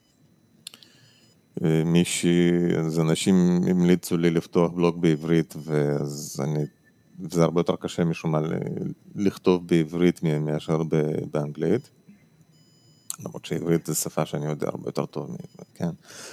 אז אנשים המליצו לי לפתוח בלוג בעברית, וזה הרבה יותר קשה משום מה לכתוב בעברית מאשר באנגלית, למרות שעברית זו שפה שאני יודע הרבה יותר טוב, כן.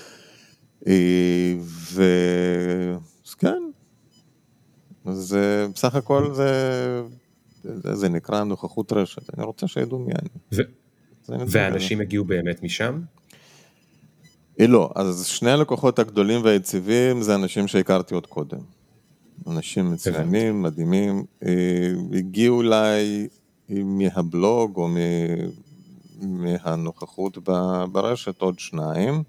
אז כן, אז בסך הכל זה נקרא נוכחות רשת, אני רוצה שידעו מי אני. והאנשים הגיעו באמת משם? לא, אז שני הלקוחות הגדולים והיציבים זה אנשים שהכרתי עוד קודם. אנשים מצוינים, מדהימים, הגיעו אליי מהבלוג או מהנוכחות ברשת עוד 2.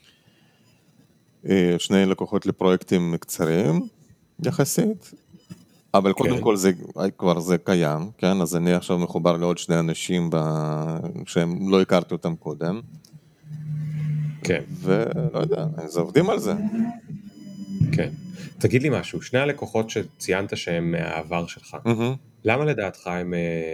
2 לקוחות לפרויקטים קצרים, יחסית. אבל קודם כל כבר זה קיים, כן? אז אני עכשיו מחובר לעוד 2 אנשים שהם לא הכרתי אותם קודם. כן. ולא יודע, אז עובדים על זה. כן. תגיד לי משהו, 2 הלקוחות שציינת שהם מהעבר שלך, למה לדעתך הם,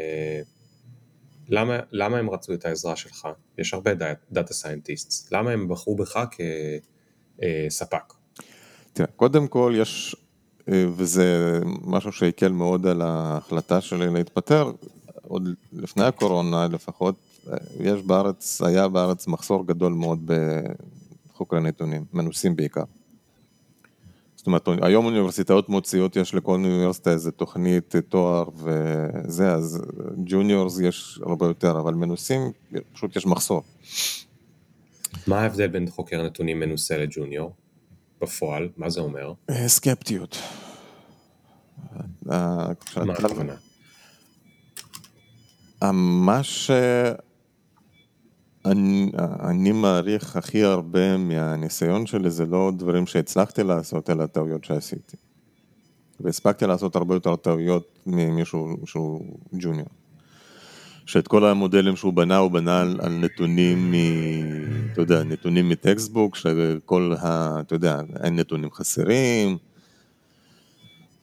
למה הם רצו את העזרה שלך? יש הרבה דאטה סיינטיסטס, למה הם בחרו בך כספק? תראה, קודם כל יש, וזה משהו שהקל מאוד על ההחלטה שלי להתפטר, עוד לפני הקורונה לפחות, היה בארץ מחסור גדול מאוד בחוקרי נתונים, מנוסים בעיקר. זאת אומרת, היום אוניברסיטאות מוציאות, יש לכל אוניברסיטה איזה תוכנית, תואר וזה, אז ג'וניורס יש הרבה יותר, אבל מנוסים, פשוט יש מחסור. מה ההבדל בין חוקר נתונים מנוסה לג'וניור? בפועל, מה זה אומר? סקפטיות. מה הכוונה? מה שאני מעריך הכי הרבה מהניסיון שלי, זה לא דברים שהצלחתי לעשות, אלא טעויות שעשיתי. והספקתי לעשות הרבה יותר טעויות ממישהו שהוא ג'וניור. שאת כל המודלים שהוא בנה, הוא בנה על נתונים אתה יודע, נתונים מטקסטבוק, שכל אתה יודע, אין נתונים חסרים.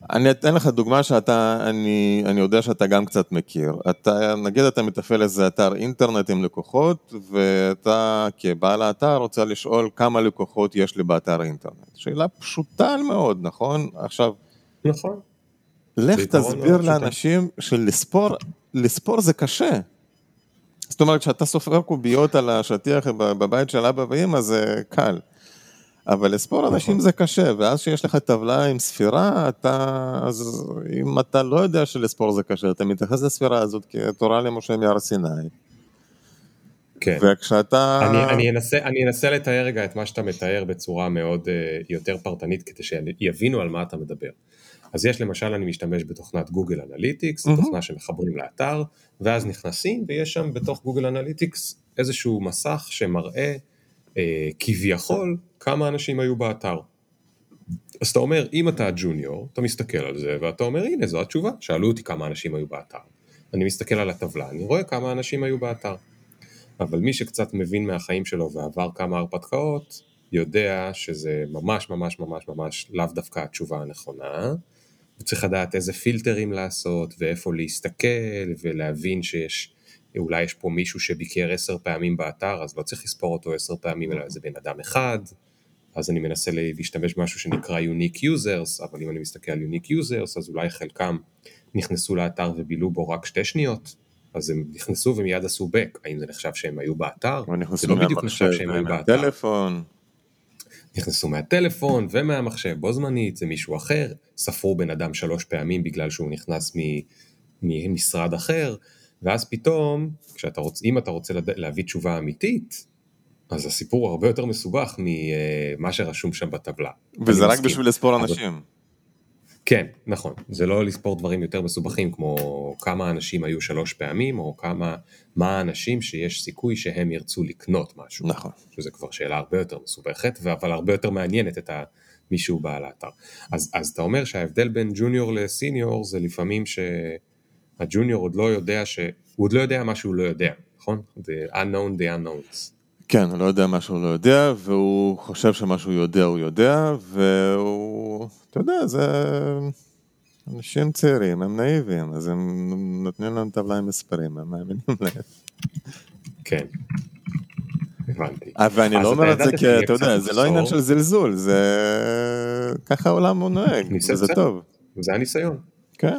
אני אתן לך דוגמה אני יודע שאתה גם קצת מכיר. נגיד אתה מתפעל איזה אתר אינטרנט עם לקוחות, ואתה כבעל האתר רוצה לשאול כמה לקוחות יש לי באתר אינטרנט. שאלה פשוטה מאוד, נכון? עכשיו, נכון. לך תסביר לאנשים שלספור זה קשה. זאת אומרת, כשאתה סופר קוביות על השטיח בבית של אבא ואמא, זה קל. אבל לספור אנשים זה קשה, ואז שיש לך טבלה עם ספירה, אז אם אתה לא יודע שלספור זה קשה, אתה מתייחס לספירה הזאת כתורה למשה מהר סיני. כן. וכשאתה... אני אנסה לתאר רגע את מה שאתה מתאר בצורה מאוד יותר פרטנית, כדי שיבינו על מה אתה מדבר. אז יש למשל, אני משתמש בתוכנת גוגל אנליטיקס, תוכנה שמחברים לאתר, ואז נכנסים, ויש שם בתוך גוגל אנליטיקס איזשהו מסך שמראה כביכול כמה אנשים היו באתר. אז אתה אומר, אם אתה ג'וניור, אתה מסתכל על זה, ואתה אומר, הנה, זו התשובה. שאלו אותי כמה אנשים היו באתר. אני מסתכל על הטבלה, אני רואה כמה אנשים היו באתר. אבל מי שקצת מבין מהחיים שלו ועבר כמה הרפתקאות, יודע שזה ממש ממש ממש ממש לאו דווקא התשובה הנכונה, וצריך לדעת איזה פילטרים לעשות, ואיפה להסתכל, ולהבין אולי יש פה מישהו שביקר 10 פעמים באתר, אז לא צריך לספור אותו 10 פעמים, אלא זה בן אדם אחד, אז אני מנסה להשתמש משהו שנקרא unique users, אבל אם אני מסתכל על unique users, אז אולי חלקם נכנסו לאתר ובילו בו רק 2 שניות, אז הם נכנסו ומיד עשו back, האם זה נחשב שהם היו באתר? זה לא בדיוק נחשב שהם היו באתר. נכנסו מהטלפון ומהמחשב, בו זמנית, זה מישהו אחר, ספרו בן אדם 3 פעמים בגלל שהוא נכנס ממשרד אחר, ואז פתאום, אם אתה רוצה להביא תשובה אמיתית, אז הסיפור הרבה יותר מסובך ממה שרשום שם בטבלה. וזה רק בשביל לספור אנשים. כן, נכון. זה לא לספור דברים יותר מסובכים, כמו כמה אנשים היו 3 פעמים, או מה האנשים שיש סיכוי שהם ירצו לקנות משהו. נכון. שזה כבר שאלה הרבה יותר מסובכת, אבל הרבה יותר מעניינת את מישהו בעל האתר. אז אתה אומר שההבדל בין ג'וניור לסיניור, זה לפעמים שהג'וניור עוד לא יודע הוא עוד לא יודע מה שהוא לא יודע, נכון? The unknown, the unknowns. כן, הוא לא יודע מה שהוא לא יודע, והוא חושב שמה שהוא יודע, הוא יודע, והוא, אתה יודע, זה אנשים צעירים, הם נאיבים, אז הם נותנים להם טבלה עם מספרים, הם מאמינים להם. כן, הבנתי. ואני לא אומר את זה כי, אתה יודע, זה לא עניין של זלזול, זה ככה העולם הוא נוהג, וזה טוב. זה הניסיון. כן.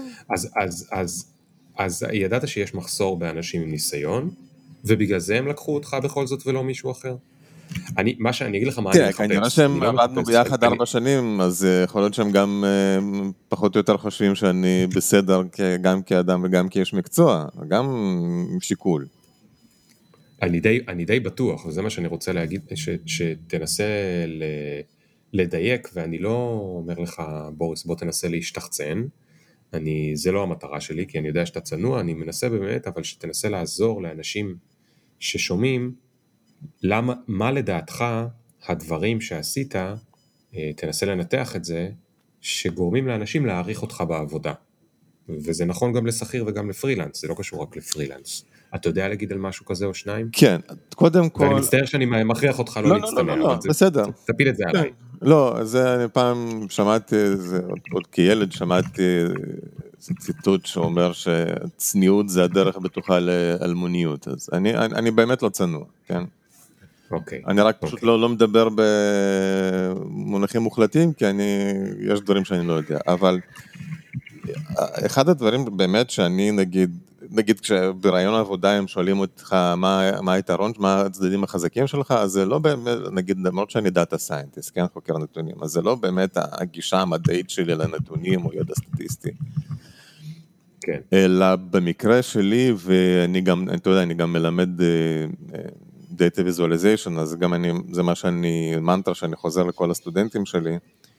אז ידעת שיש מחסור באנשים עם ניסיון, ובגלל זה הם לקחו אותך בכל זאת ולא מישהו אחר. מה שאני אגיד לך מה אני מחפש. כנראה שהם עבדנו ביחד 4 שנים, אז יכול להיות שהם גם פחות או יותר חושבים שאני בסדר גם כאדם וגם כאיש מקצוע, גם שיקול. אני די בטוח, וזה מה שאני רוצה להגיד, שתנסה לדייק, ואני לא אומר לך, בוריס, בוא תנסה להשתחצן, זה לא המטרה שלי, כי אני יודע שאתה צנוע, אני מנסה באמת, אבל שתנסה לעזור לאנשים ששומעים, מה לדעתך הדברים שעשית, תנסה לנתח את זה, שגורמים לאנשים להעריך אותך בעבודה. וזה נכון גם לשכיר וגם לפרילנס, זה לא קשור רק לפרילנס. אתה יודע להגיד על משהו כזה או שניים? כן, קודם כל... ואני מצטער שאני מכריח אותך לא להצטנע. לא, בסדר. תפיל את זה עליי. לא, זה אני פעם שמעתי, עוד כילד שמעתי ציטוט שאומר שצניעות זה הדרך בטוחה לאלמוניות, אז אני באמת לא צנוע, כן? אוקיי. אני רק פשוט לא מדבר במונחים מוחלטים, כי יש דברים שאני לא יודע, אבל אחד הדברים באמת שאני נגיד כשברעיון העבודה הם שואלים אותך מה היתרון, מה הצדדים החזקים שלך, אז זה לא באמת, נגיד למרות שאני דאטה סיינטיסט, כן, חוקר נתונים, אז זה לא באמת הגישה המדעית שלי לנתונים או ידע סטטיסטי. כן. אלא במקרה שלי, ואני גם, אתה יודע, אני גם מלמד data visualization, אז גם זה מה מנטרה שאני חוזר לכל הסטודנטים שלי,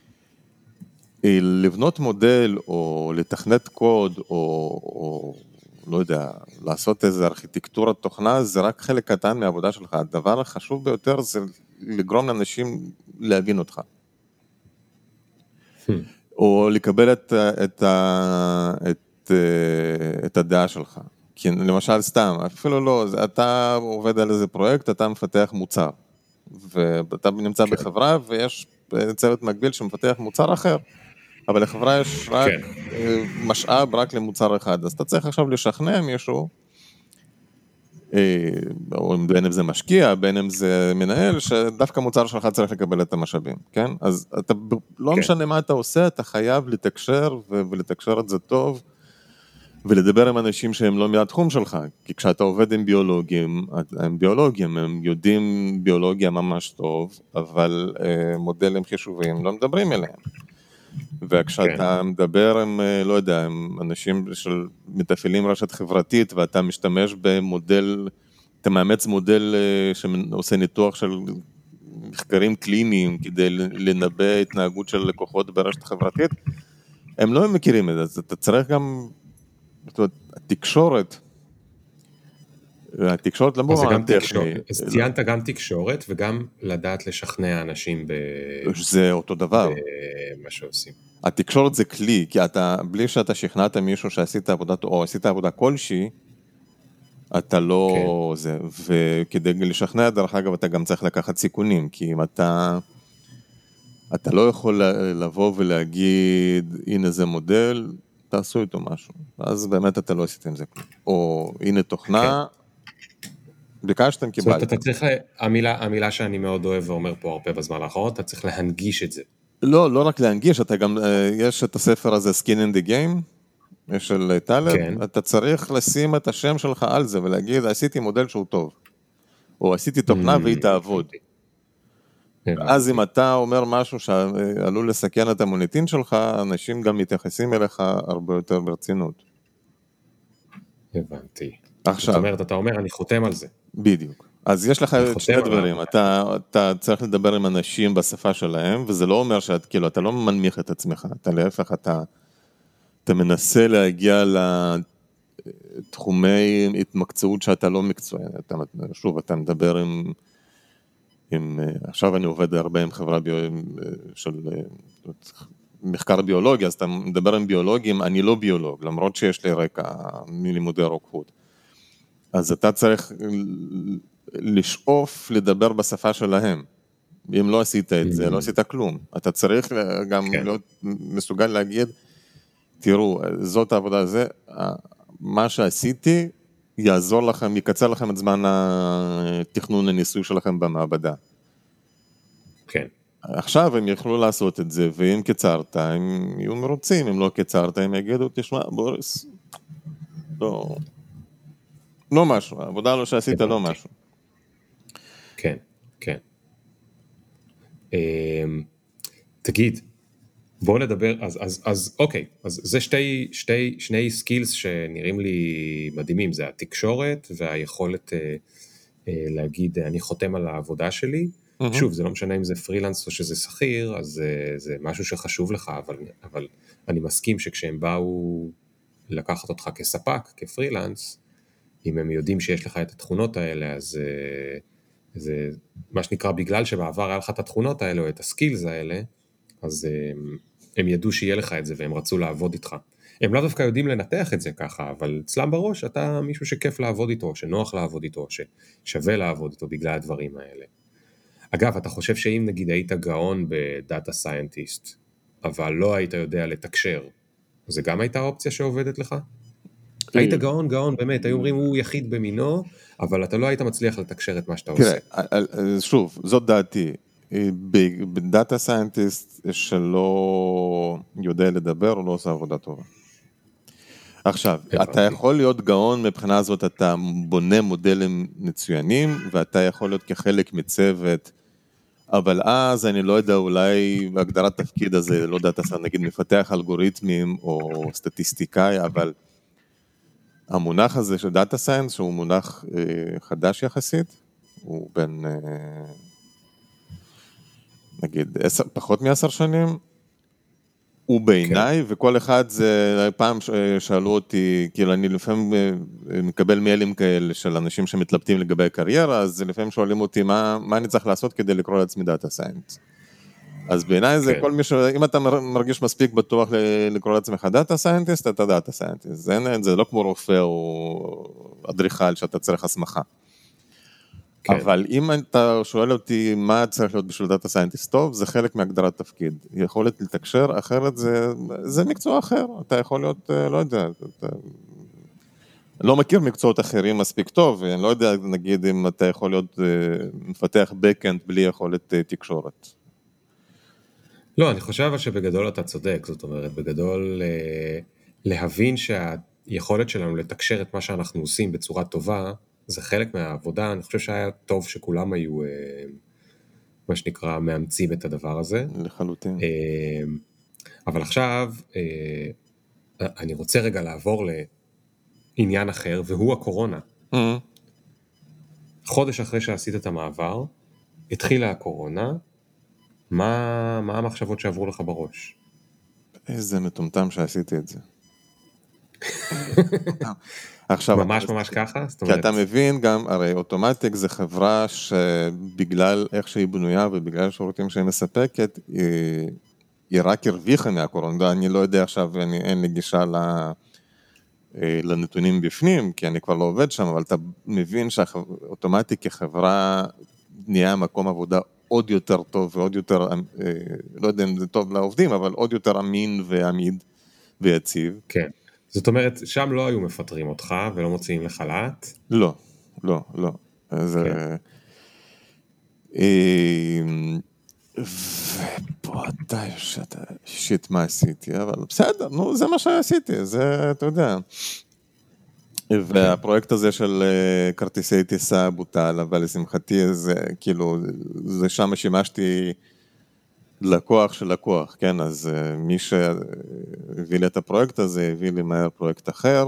לבנות מודל או לתכנת קוד או לא יודע, לעשות איזו ארכיטקטורת תוכנה, זה רק חלק קטן מהעבודה שלך. הדבר החשוב ביותר זה לגרום לאנשים להבין אותך. או לקבל את הדעה שלך. כי למשל סתם, אפילו לא, אתה עובד על איזה פרויקט, אתה מפתח מוצר. ואתה נמצא בחברה ויש צוות מקביל שמפתח מוצר אחר. אבל לחברה יש רק משאב רק למוצר אחד, אז אתה צריך עכשיו לשכנע מישהו, או בין אם זה משקיע, בין אם זה מנהל, שדווקא מוצר שלך צריך לקבל את המשאבים, כן? אז אתה לא משנה מה אתה עושה, אתה חייב לתקשר, ולתקשר את זה טוב, ולדבר עם אנשים שהם לא מהתחום שלך, כי כשאתה עובד עם ביולוגים, הם יודעים ביולוגיה ממש טוב, אבל מודלים חישוביים לא מדברים אליהם. וכשאתה מדבר עם, לא יודע, עם אנשים שמתפעלים רשת חברתית, ואתה משתמש במודל, אתה מאמץ מודל שעושה ניתוח של מחקרים קליניים, כדי לנבא התנהגות של לקוחות ברשת חברתית, הם לא מכירים את זה, אז אתה צריך גם, זאת אומרת, התקשורת לא במובן טכני. אז ציינת גם תקשורת, וגם לדעת לשכנע אנשים זה אותו דבר. במה שעושים. התקשורת זה כלי, כי אתה, בלי שאתה שכנעת מישהו שעשית עבודה, או עשית עבודה כלשהי, אתה לא זה, וכדי לשכנע דרך אגב, אתה גם צריך לקחת סיכונים, כי אם אתה לא יכול לבוא ולהגיד, הנה זה מודל, תעשו איתו משהו, אז באמת אתה לא עשית עם זה כלום. או הנה תוכנה, ביקשתם, קיבלתם. זאת אומרת, אתה צריך, המילה שאני מאוד אוהב ואומר פה הרבה בזמן האחרון, אתה צריך להנגיש את זה. לא רק להנגיש, אתה גם, יש את הספר הזה, Skin in the Game, יש של טלב, אתה צריך לשים את השם שלך על זה, ולהגיד, עשיתי מודל שהוא טוב, או עשיתי תוכנה והיא תעבוד. אז אם אתה אומר משהו שעלול לסכן את המוניטין שלך, אנשים גם מתייחסים אליך הרבה יותר ברצינות. הבנתי. עכשיו. זאת אומרת, אתה אומר, אני חותם על זה. בדיוק. אז יש לך שני דברים, אתה צריך לדבר עם אנשים בשפה שלהם, וזה לא אומר כאילו, אתה לא מנמיך את עצמך, אתה להפך, אתה מנסה להגיע לתחומי התמקצעות שאתה לא מקצועי, שוב, אתה מדבר עכשיו אני עובד הרבה עם חברה של מחקר ביולוגי, אז אתה מדבר עם ביולוגים, אני לא ביולוג, למרות שיש לי רקע מלימודי רוקחות. אז אתה צריך לשאוף לדבר בשפה שלהם. אם לא עשית את זה, לא עשית כלום. אתה צריך גם להיות מסוגל להגיד, תראו, זאת העבודה הזה, מה שעשיתי יעזור לכם, יקצר לכם את זמן התכנון הניסוי שלכם במעבדה. כן. עכשיו הם יוכלו לעשות את זה, ואם קיצרת, הם יהיו מרוצים, אם לא קיצרת, הם יגידו, תשמע, בוריס, לא משהו, העבודה לא שעשית לא משהו. כן, כן. תגיד, בואו נדבר, אז אוקיי, אז זה שני סקילס שנראים לי מדהימים, זה התקשורת והיכולת להגיד, אני חותם על העבודה שלי, שוב, זה לא משנה אם זה פרילנס או שזה שכיר, אז זה משהו שחשוב לך, אבל אני מסכים שכשהם באו לקחת אותך כספק, כפרילנס, אם הם יודעים שיש לך את התכונות האלה, אז זה מה שנקרא, בגלל שבעבר היה לך את התכונות האלה, או את הסקילס האלה, אז הם ידעו שיהיה לך את זה, והם רצו לעבוד איתך. הם לא דווקא יודעים לנתח את זה ככה, אבל אצלם בראש אתה מישהו שכיף לעבוד איתו, שנוח לעבוד איתו, ששווה לעבוד איתו בגלל הדברים האלה. אגב, אתה חושב שאם נגיד היית גאון בדאטה סיינטיסט, אבל לא היית יודע לתקשר, זה גם הייתה אופציה שעובדת לך? היית גאון, באמת, היו אומרים, הוא יחיד במינו, אבל אתה לא היית מצליח לתקשר את מה שאתה עושה. שוב, זאת דעתי. בדאטה סיינטיסט שלא יודע לדבר, הוא לא עושה עבודה טובה. עכשיו, אתה יכול להיות גאון מבחינה הזאת, אתה בונה מודלים מצוינים, ואתה יכול להיות כחלק מצוות, אבל אז אני לא יודע, אולי בהגדרת תפקיד הזה, לא דאטה סיינטיסט, נגיד מפתח אלגוריתמים או סטטיסטיקאי, אבל המונח הזה של דאטה סיינס, שהוא מונח חדש יחסית, הוא בין, נגיד, פחות מ10 שנים, הוא בעיניי, וכל אחד זה, פעם שאלו אותי, כאילו אני לפעמים מקבל מיילים כאלה של אנשים שמתלבטים לגבי הקריירה, אז לפעמים שואלים אותי מה אני צריך לעשות כדי לקרוא לעצמי דאטה סיינס. אז בעיניי זה כל מי אם אתה מרגיש מספיק בטוח לקרוא לעצמך דאטה סיינטיסט, אתה דאטה סיינטיסט. זה לא כמו רופא או אדריכל שאתה צריך הסמכה. אבל אם אתה שואל אותי מה צריך להיות בשביל דאטה סיינטיסט טוב, זה חלק מהגדרת תפקיד. יכולת לתקשר, אחרת זה מקצוע אחר. אתה יכול להיות, לא יודע, לא מכיר מקצועות אחרים מספיק טוב, אני לא יודע, נגיד, אם אתה יכול להיות מפתח בקאנד בלי יכולת תקשורת. לא, אני חושב שבגדול אתה צודק, זאת אומרת, בגדול להבין שהיכולת שלנו לתקשר את מה שאנחנו עושים בצורה טובה, זה חלק מהעבודה, אני חושב שהיה טוב שכולם היו, מה שנקרא, מאמצים את הדבר הזה. לחלוטין. אבל עכשיו, אני רוצה רגע לעבור לעניין אחר, והוא הקורונה. חודש אחרי שעשית את המעבר, התחילה הקורונה, מה המחשבות שעברו לך בראש? איזה מטומטם שעשיתי את זה. עכשיו, ממש ככה? כי אתה מבין גם, הרי אוטומטיק זה חברה שבגלל איך שהיא בנויה ובגלל השירותים שהיא מספקת, היא רק הרוויחה מהקורונה, אני לא יודע עכשיו, אין לי גישה לנתונים בפנים, כי אני כבר לא עובד שם, אבל אתה מבין שהאוטומטיק כחברה נהיה מקום עבודה עוד יותר טוב ועוד יותר, לא יודע אם זה טוב לעובדים, אבל עוד יותר אמין ועמיד ויציב. כן. זאת אומרת, שם לא היו מפטרים אותך ולא מוציאים לחל"ת? לא. אז... ופה אתה שיט מה עשיתי, אבל בסדר, נו, זה מה שעשיתי, זה, אתה יודע. והפרויקט הזה של כרטיסי טיסה בוטל, אבל לשמחתי זה כאילו, זה שם שימשתי לקוח של לקוח, כן, אז מי שהביא לי את הפרויקט הזה, הביא לי מהר פרויקט אחר,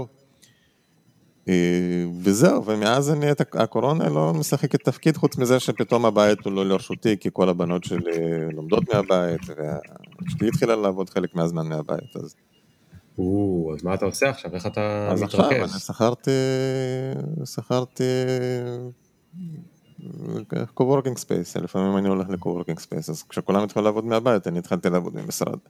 וזהו, ומאז הקורונה לא משחקת תפקיד, חוץ מזה שפתאום הבית הוא לא לרשותי, כי כל הבנות שלי לומדות מהבית, ואשתי התחילה לעבוד חלק מהזמן מהבית, אז... אז מה אתה עושה עכשיו? איך אתה מתרכז? אז עכשיו אני שכרתי קוורקינג ספייס, לפעמים אני הולך לקוורקינג ספייס, אז כשכולם התחילו לעבוד מהבית, אני התחלתי לעבוד במשרד.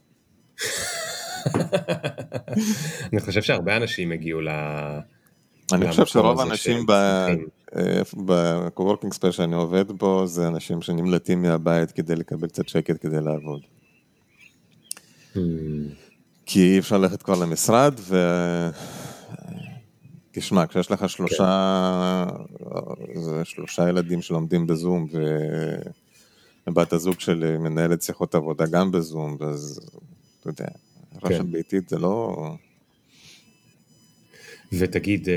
אני חושב שהרבה אנשים הגיעו אני חושב שרוב האנשים בקוורקינג ספייס שאני עובד בו, זה אנשים שנמלטים מהבית כדי לקבל קצת שקט כדי לעבוד. כי אי אפשר ללכת כבר למשרד, תשמע, כשיש לך שלושה ילדים שלומדים בזום, ובת הזוג שלי מנהלת שיחות עבודה גם בזום, אז אתה יודע, רשת ביתית זה לא... ותגיד,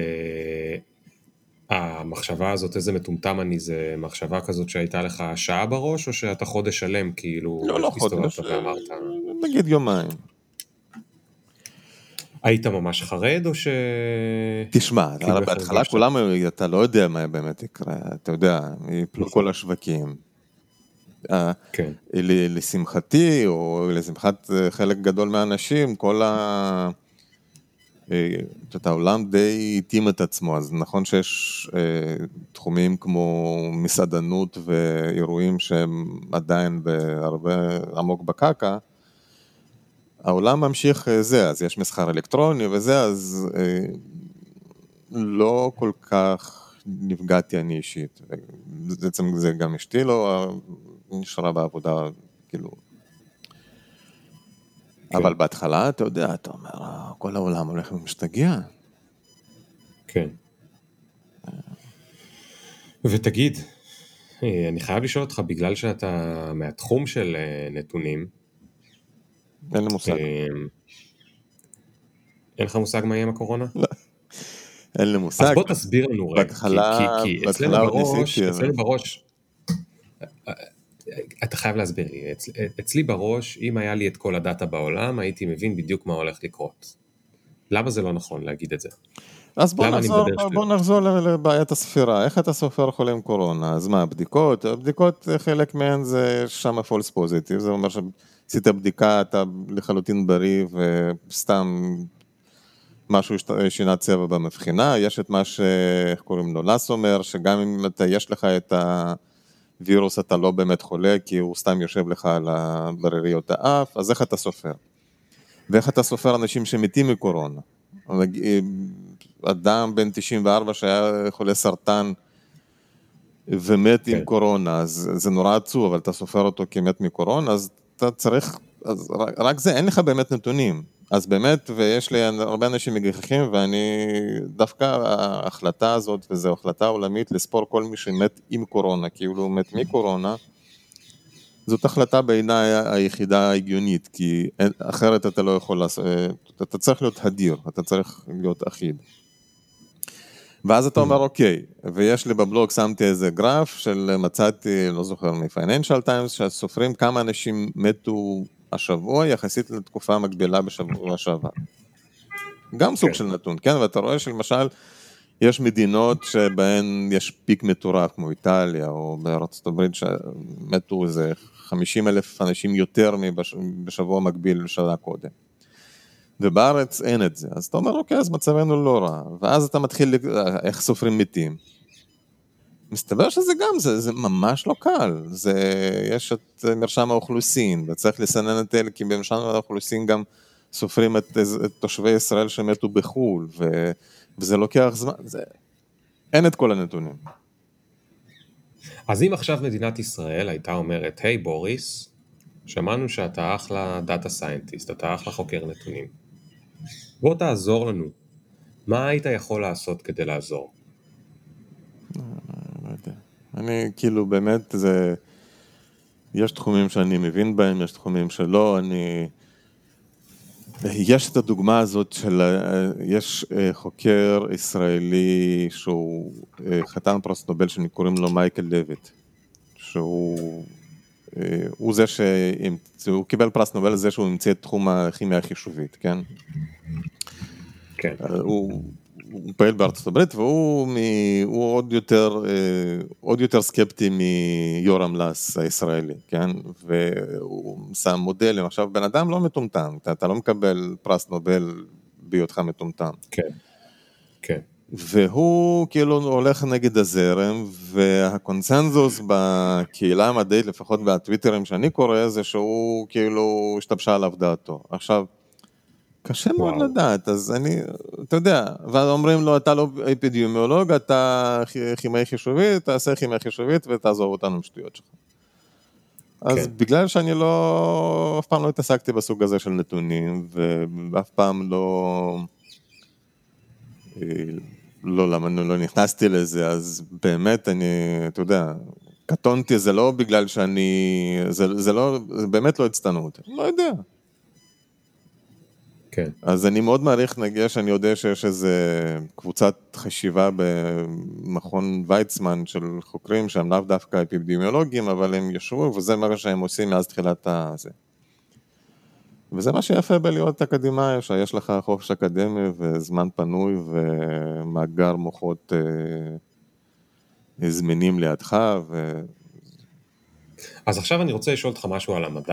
המחשבה הזאת, איזה מטומטם אני, זה מחשבה כזאת שהייתה לך שעה בראש, או שאתה חודש שלם, כאילו... לא חודש, נגיד יומיים. היית ממש חרד, או ש... תשמע, בהתחלה כולם, אתה לא יודע מה באמת יקרה, אתה יודע, יפלו כל השווקים. לשמחתי, או לשמחת חלק גדול מהאנשים, כל העולם די התאים את עצמו, אז נכון שיש תחומים כמו מסעדנות ואירועים שהם עדיין בהרבה עמוק בקקה, העולם ממשיך זה, אז יש מסחר אלקטרוני וזה, אז לא כל כך נפגעתי אני אישית. בעצם זה גם אשתי לא נשארה בעבודה, כאילו. אבל בהתחלה, אתה יודע, אתה אומר, כל העולם הולך ומשתגע. כן. ותגיד, אני חייב לשאול אותך, בגלל שאתה מהתחום של נתונים, אין לי מושג. אין לך מושג מה יהיה עם הקורונה? לא. אין לי מושג. אז בוא תסביר לנו רגע. כי אצלנו בראש, אתה חייב להסביר לי, אצלי בראש, אם היה לי את כל הדאטה בעולם, הייתי מבין בדיוק מה הולך לקרות. למה זה לא נכון להגיד את זה? אז בוא נחזור לבעיית הספירה, איך אתה סופר חולים קורונה? אז מה, הבדיקות? הבדיקות חלק מהן זה שם false positive, זה אומר שעשית בדיקה, אתה לחלוטין בריא וסתם משהו שינה צבע במבחינה, יש את מה איך קוראים לו, לס אומר, שגם אם יש לך את הווירוס אתה לא באמת חולה, כי הוא סתם יושב לך על ברריות האף, אז איך אתה סופר? ואיך אתה סופר אנשים שמתים מקורונה? אדם בן 94 שהיה חולה סרטן, ומת עם קורונה, אז זה נורא עצוב, אבל אתה סופר אותו כמת מקורונה, אז אתה צריך, אז רק זה, אין לך באמת נתונים. אז באמת, ויש לי הרבה אנשים מגחכים, ואני דווקא ההחלטה הזאת, וזו החלטה עולמית, לספור כל מי שמת עם קורונה, כאילו הוא מת מקורונה, זאת החלטה בעיניי היחידה ההגיונית, כי אחרת אתה לא יכול לעשות, אתה צריך להיות הדיר, אתה צריך להיות אחיד. ואז אתה אומר, אוקיי, ויש לי בבלוג, שמתי איזה גרף של מצאתי, לא זוכר, מ-Financial Times, שסופרים כמה אנשים מתו השבוע, יחסית לתקופה מקבילה בשבוע שעבר. גם סוג של נתון, כן? ואתה רואה שלמשל, יש מדינות שבהן יש פיק מטורף, כמו איטליה, או בארצות הברית, שמתו איזה 50,000 אנשים יותר בשבוע מקביל לשנה קודם. ובארץ אין את זה, אז אתה אומר, אוקיי, אז מצבנו לא רע, ואז אתה מתחיל, איך סופרים מתים? מסתבר שזה גם, זה ממש לא קל, יש את מרשם האוכלוסין, וצריך לסנן את אלה, כי במרשם האוכלוסין גם סופרים את תושבי ישראל שמתו בחול, וזה לוקח זמן, אין את כל הנתונים. אז אם עכשיו מדינת ישראל הייתה אומרת, היי בוריס, שמענו שאתה אחלה דאטה סיינטיסט, אתה אחלה חוקר נתונים, בוא תעזור לנו. מה היית יכול לעשות כדי לעזור? לא יודע. אני כאילו באמת יש תחומים שאני מבין בהם, יש תחומים שלא, יש את הדוגמה הזאת יש חוקר ישראלי שהוא חתן פרס נובל שקוראים לו מייקל דויד, שהוא זה שהוא קיבל פרס נובל זה שהוא המציא את תחום הכימיה החישובית, כן? כן. הוא פעיל בארצות הברית, והוא עוד יותר סקפטי מיורם לס הישראלי, כן? והוא שם מודלים, עכשיו בן אדם לא מטומטם, אתה לא מקבל פרס נובל בהיותך מטומטם. כן, כן. והוא כאילו הולך נגד הזרם, והקונסנזוס בקהילה המדעית, לפחות בטוויטרים שאני קורא, זה שהוא כאילו השתבשה עליו דעתו. עכשיו, קשה מאוד לדעת, אז אתה יודע, ואז אומרים לו, אתה לא אפידמיולוג, אתה כימאי חישובית, תעשה כימאי חישובית ותעזוב אותנו עם שטויות שלך. אז בגלל שאני אף פעם לא התעסקתי בסוג הזה של נתונים, ואף פעם לא נכנסתי לזה, אז באמת אתה יודע, קטונתי, זה לא בגלל זה באמת לא הצטנות, לא יודע. כן. אז אני מאוד מעריך, נגיע שאני יודע שיש איזה קבוצת חשיבה במכון ויצמן של חוקרים שהם לאו דווקא אפידמיולוגים, אבל הם ישבו, וזה מה שהם עושים מאז תחילת הזה. וזה מה שיפה בלהיות אקדמאי, שיש לך חופש אקדמי וזמן פנוי ומאגר מוחות זמינים לידך. אז עכשיו אני רוצה לשאול אותך משהו על המדע.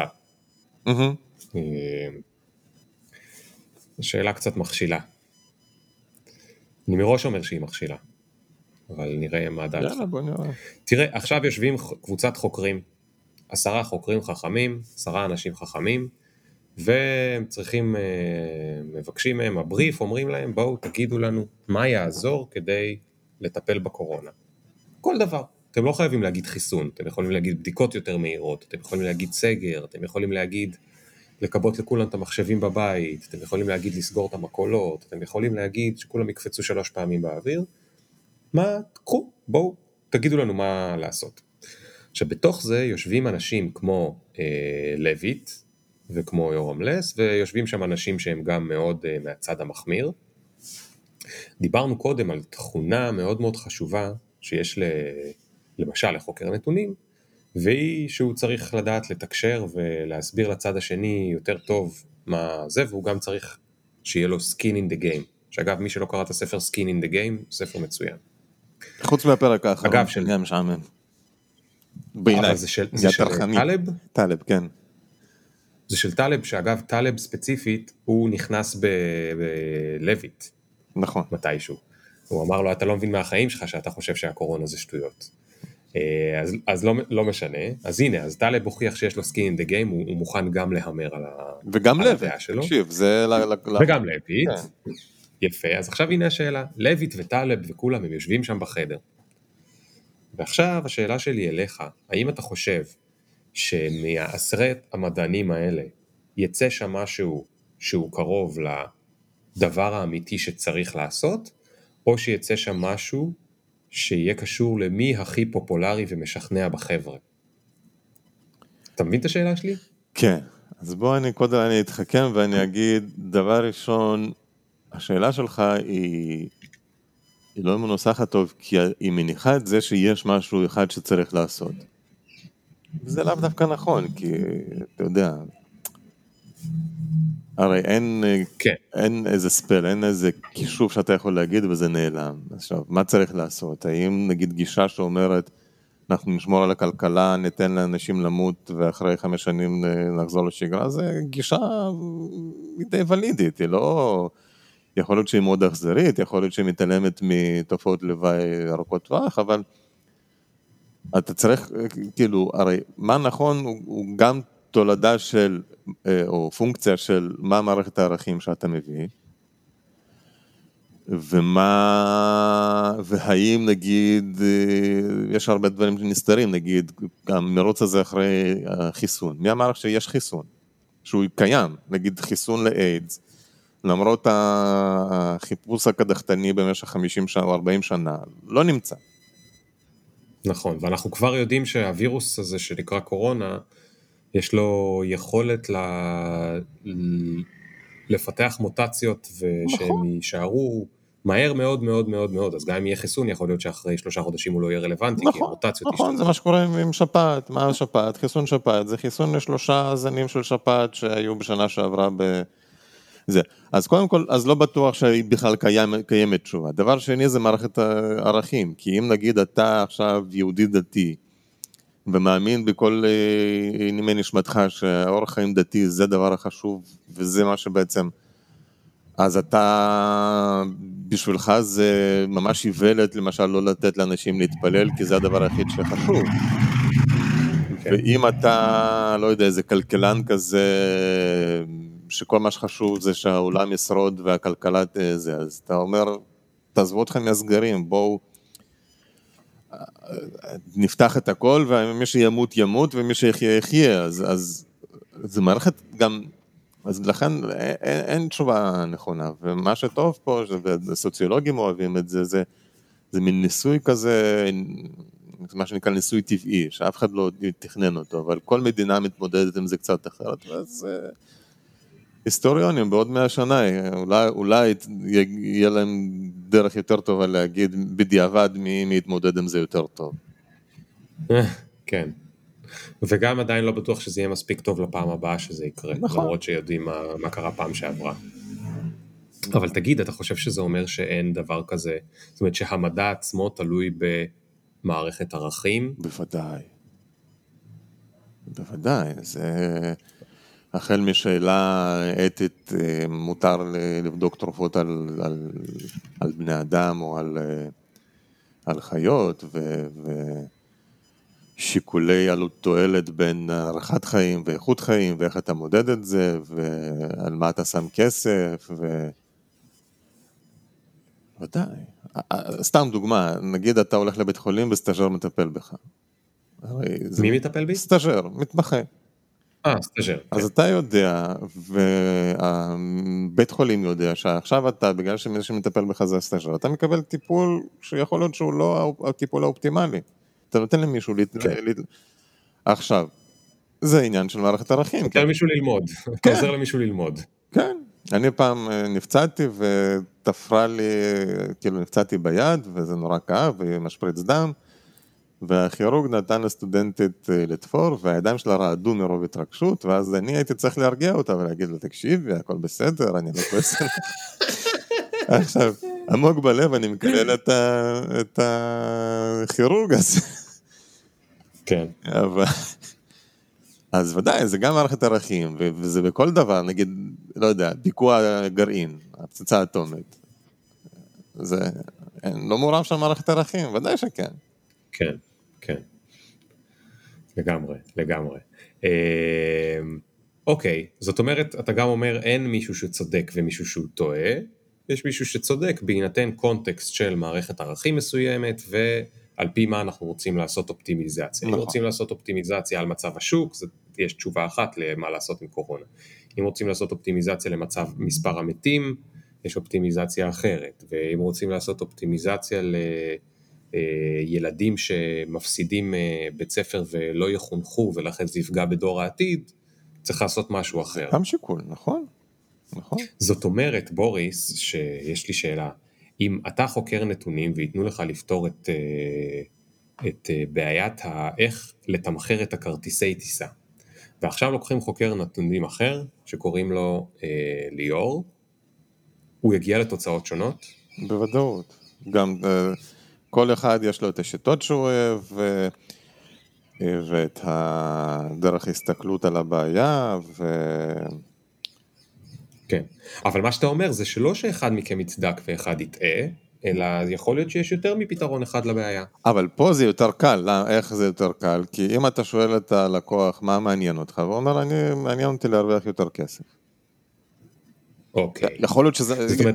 שאלה קצת מכשילה. אני מראש אומר שהיא מכשילה, אבל נראה מה דעתך. יאללה, בוא נראה. תראה, עכשיו יושבים קבוצת חוקרים, 10 חוקרים חכמים, 10 אנשים חכמים, והם צריכים, מבקשים מהם, הבריף, אומרים להם, בואו תגידו לנו מה יעזור כדי לטפל בקורונה. כל דבר. אתם לא חייבים להגיד חיסון, אתם יכולים להגיד בדיקות יותר מהירות, אתם יכולים להגיד סגר, אתם יכולים להגיד לקבות לכולם את המחשבים בבית, אתם יכולים להגיד לסגור את המקולות, אתם יכולים להגיד שכולם יקפצו 3 פעמים באוויר. מה? קחו, בואו, תגידו לנו מה לעשות. עכשיו, בתוך זה יושבים אנשים כמו לויט, וכמו יורם לס, ויושבים שם אנשים שהם גם מאוד מהצד המחמיר. דיברנו קודם על תכונה מאוד מאוד חשובה, שיש למשל לחוקר נתונים, והיא שהוא צריך לדעת לתקשר ולהסביר לצד השני יותר טוב מה זה, והוא גם צריך שיהיה לו skin in the game. שאגב, מי שלא קרא את הספר skin in the game, ספר מצוין. חוץ מהפרק האחרון, אגב, של משעמם. בעיניי. זה של טלב? טלב, כן. זה של טלב, שאגב, טלב ספציפית, הוא נכנס בלויט. נכון. מתישהו. הוא אמר לו, אתה לא מבין מהחיים שלך, שאתה חושב שהקורונה זה שטויות. אז לא משנה. אז הנה, אז טלב הוכיח שיש לו skin in the game, הוא מוכן גם להמר על הדעה שלו. תקשיב, זה... וגם לויט. יפה, אז עכשיו הנה השאלה. לויט וטלב וכולם, הם יושבים שם בחדר. ועכשיו השאלה שלי אליך, האם אתה חושב שמהעשרת המדענים האלה יצא שם משהו שהוא קרוב לדבר האמיתי שצריך לעשות, או שיצא שם משהו שיהיה קשור למי הכי פופולרי ומשכנע בחבר'ה? אתה מבין את השאלה שלי? כן, אז בוא אני אתחכם ואני אגיד, דבר ראשון, השאלה שלך היא לא מנוסחת טוב, כי היא מניחה את זה שיש משהו אחד שצריך לעשות. זה לאו דווקא נכון, כי אתה יודע, הרי אין איזה ספל, אין איזה קישוב שאתה יכול להגיד וזה נעלם. עכשיו, מה צריך לעשות? האם נגיד גישה שאומרת, אנחנו נשמור על הכלכלה, ניתן לאנשים למות ואחרי 5 שנים נחזור לשגרה, זה גישה די ולידית, היא לא... יכול להיות שהיא מאוד אכזרית, יכול להיות שהיא מתעלמת מתופעות לוואי ארוכות טווח, אבל אתה צריך, כאילו, הרי מה נכון הוא גם תולדה של, או פונקציה של מה מערכת הערכים שאתה מביא, והאם נגיד, יש הרבה דברים שנסתרים, נגיד, המרוץ הזה אחרי החיסון, מי אמר שיש חיסון? שהוא קיים, נגיד חיסון לאיידס, למרות החיפוש הקדחתני במשך 50 שנה או 40 שנה, לא נמצא. נכון, ואנחנו כבר יודעים שהווירוס הזה שנקרא קורונה, יש לו יכולת לפתח מוטציות ושהם יישארו מהר מאוד מאוד מאוד מאוד, אז גם אם יהיה חיסון, יכול להיות שאחרי 3 חודשים הוא לא יהיה רלוונטי, כי המוטציות נכון, זה מה שקורה עם שפעת. מה השפעת? חיסון שפעת, זה חיסון ל3 זנים של שפעת שהיו בשנה שעברה זה. אז קודם כל, אז לא בטוח שהיא בכלל קיימת תשובה. דבר שני זה מערכת הערכים, כי אם נגיד אתה עכשיו יהודי דתי, ומאמין בכל נימי נשמתך שהאורח חיים דתי זה דבר החשוב, וזה מה שבעצם, אז אתה, בשבילך זה ממש איוולת, למשל לא לתת לאנשים להתפלל, כי זה הדבר היחיד שחשוב. ואם אתה, לא יודע, איזה כלכלן כזה, שכל מה שחשוב זה שהעולם ישרוד והכלכלה זה, אז אתה אומר, תעזבו אתכם מהסגרים, בואו נפתח את הכל, ומי שימות ימות, ומי שיחיה יחיה, אז זה מערכת גם, אז לכן אין תשובה נכונה, ומה שטוב פה, וסוציולוגים אוהבים את זה, זה מין ניסוי כזה, מה שנקרא ניסוי טבעי, שאף אחד לא תכנן אותו, אבל כל מדינה מתמודדת עם זה קצת אחרת, ואז היסטוריונים בעוד 100 שנה, אולי יהיה להם דרך יותר טובה להגיד בדיעבד מי יתמודד עם זה יותר טוב. כן. וגם עדיין לא בטוח שזה יהיה מספיק טוב לפעם הבאה שזה יקרה, למרות שיודעים מה קרה פעם שעברה. אבל תגיד, אתה חושב שזה אומר שאין דבר כזה, זאת אומרת שהמדע עצמו תלוי במערכת ערכים? בוודאי. בוודאי, זה... החל משאלה אתית, מותר לבדוק תרופות על בני אדם או על חיות, ושיקולי עלות תועלת בין ערכת חיים ואיכות חיים, ואיך אתה מודד את זה, ועל מה אתה שם כסף, ודאי. סתם דוגמה, נגיד אתה הולך לבית חולים וסטאז'ר מטפל בך. מי מטפל בי? סטאז'ר, מתמחה. סטאז'ר. אז אתה יודע, ובית חולים יודע שעכשיו אתה, בגלל שמי שמטפל בך זה הסטאז'ר, אתה מקבל טיפול שיכול להיות שהוא לא הטיפול האופטימלי. אתה נותן למישהו עכשיו, זה עניין של מערכת ערכים. אתה למישהו ללמוד, אתה עוזר למישהו ללמוד. כן, אני פעם נפצעתי ותפרה לי, כאילו נפצעתי ביד, וזה נורא כאב, ומשפריץ דם, והכירורג נתן לסטודנטית לתפור, והידיים שלה רעדו מרוב התרגשות, ואז אני הייתי צריך להרגיע אותה ולהגיד לה, תקשיבי, הכל בסדר, אני לא כועס. עכשיו, עמוק בלב אני מקלל את הכירורג הזה. כן. אז ודאי, זה גם מערכת ערכים, וזה בכל דבר, נגיד, לא יודע, פיגוע גרעין, הפצצה האטומית. זה לא מעורב שם מערכת ערכים, ודאי שכן. כן, כן. לגמרי. אוקיי, זאת אומרת, אתה גם אומר, אין מישהו שצודק ומישהו שהוא טועה, יש מישהו שצודק בהינתן קונטקסט של מערכת ערכים מסוימת, על פי מה אנחנו רוצים לעשות אופטימיזציה. אם רוצים לעשות אופטימיזציה על מצב השוק, יש תשובה אחת למה לעשות עם קורונה. אם רוצים לעשות אופטימיזציה למצב מספר המתים, יש אופטימיזציה אחרת. ואם רוצים לעשות אופטימיזציה לילדים שמפסידים בית ספר ולא יחונכו, ולכן זה יפגע בדור העתיד, צריך לעשות משהו אחר. גם שיקול, נכון. נכון. זאת אומרת, בוריס, שיש לי שאלה, אם אתה חוקר נתונים ויתנו לך לפתור את בעיית איך לתמחר את הכרטיסי טיסה, ועכשיו לוקחים חוקר נתונים אחר, שקוראים לו ליאור, הוא יגיע לתוצאות שונות? בוודאות. גם כל אחד יש לו את השיטות שהוא אוהב, ואת הדרך הסתכלות על הבעיה, כן, אבל מה שאתה אומר זה שלא שאחד מכם יצדק ואחד יטעה, אלא יכול להיות שיש יותר מפתרון אחד לבעיה. אבל פה זה יותר קל, איך זה יותר קל? כי אם אתה שואל את הלקוח מה מעניין אותך, הוא אומר, מעניין אותי להרוויח יותר כסף. אוקיי. יכול להיות שזה... זאת אומרת,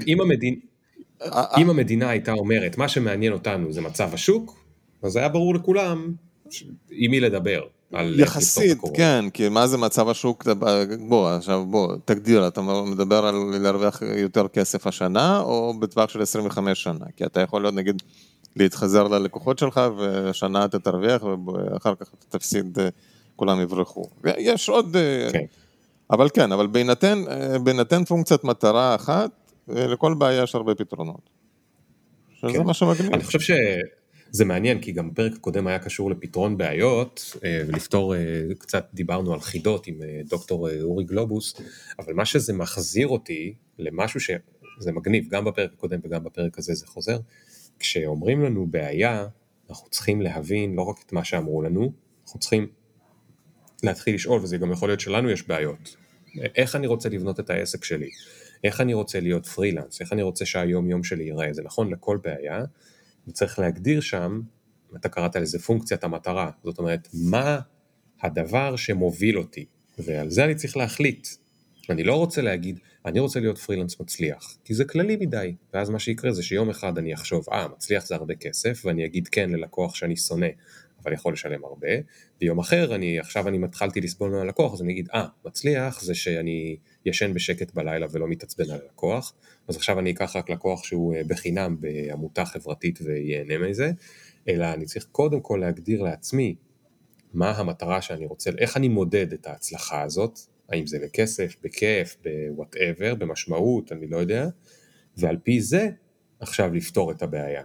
אם המדינה הייתה אומרת, מה שמעניין אותנו זה מצב השוק, אז היה ברור לכולם עם מי לדבר. יחסית, כן, כי מה זה מצב השוק? בוא, תגדיר, אתה מדבר על להרוויח יותר כסף השנה, או בטווח של 25 שנה, כי אתה יכול להיות, נגיד, להתחזר ללקוחות שלך, ושנה אתה תרוויח, ואחר כך אתה תפסיד, כולם יברחו. יש עוד, אבל כן, אבל בהינתן פונקציית מטרה אחת, לכל בעיה יש הרבה פתרונות. שזה מה שמגניב. אני חושב זה מעניין, כי גם בפרק הקודם היה קשור לפתרון בעיות, ולפתור, קצת דיברנו על חידות עם דוקטור אורי גלובוס, אבל מה שזה מחזיר אותי למשהו שזה מגניב, גם בפרק הקודם וגם בפרק הזה זה חוזר, כשאומרים לנו בעיה, אנחנו צריכים להבין לא רק את מה שאמרו לנו, אנחנו צריכים להתחיל לשאול, וזה גם יכול להיות שלנו יש בעיות. איך אני רוצה לבנות את העסק שלי? איך אני רוצה להיות פרילנס? איך אני רוצה שהיום יום שלי ייראה? זה נכון לכל בעיה, וצריך להגדיר שם, אתה קראת לזה פונקציית המטרה, זאת אומרת, מה הדבר שמוביל אותי, ועל זה אני צריך להחליט. אני לא רוצה להגיד, אני רוצה להיות פרילנס מצליח, כי זה כללי מדי, ואז מה שיקרה זה שיום אחד אני אחשוב, מצליח זה הרבה כסף, ואני אגיד כן ללקוח שאני שונא, אבל יכול לשלם הרבה, ויום אחר, עכשיו אני מתחלתי לסבול מהלקוח, אז אני אגיד, מצליח זה שאני ישן בשקט בלילה ולא מתעצבן על הלקוח, אז עכשיו אני אקח רק לקוח שהוא בחינם בעמותה חברתית ויהנה מזה, אלא אני צריך קודם כל להגדיר לעצמי מה המטרה שאני רוצה, איך אני מודד את ההצלחה הזאת, האם זה בכסף, בכיף, ב-whatever, במשמעות, אני לא יודע, ועל פי זה עכשיו לפתור את הבעיה.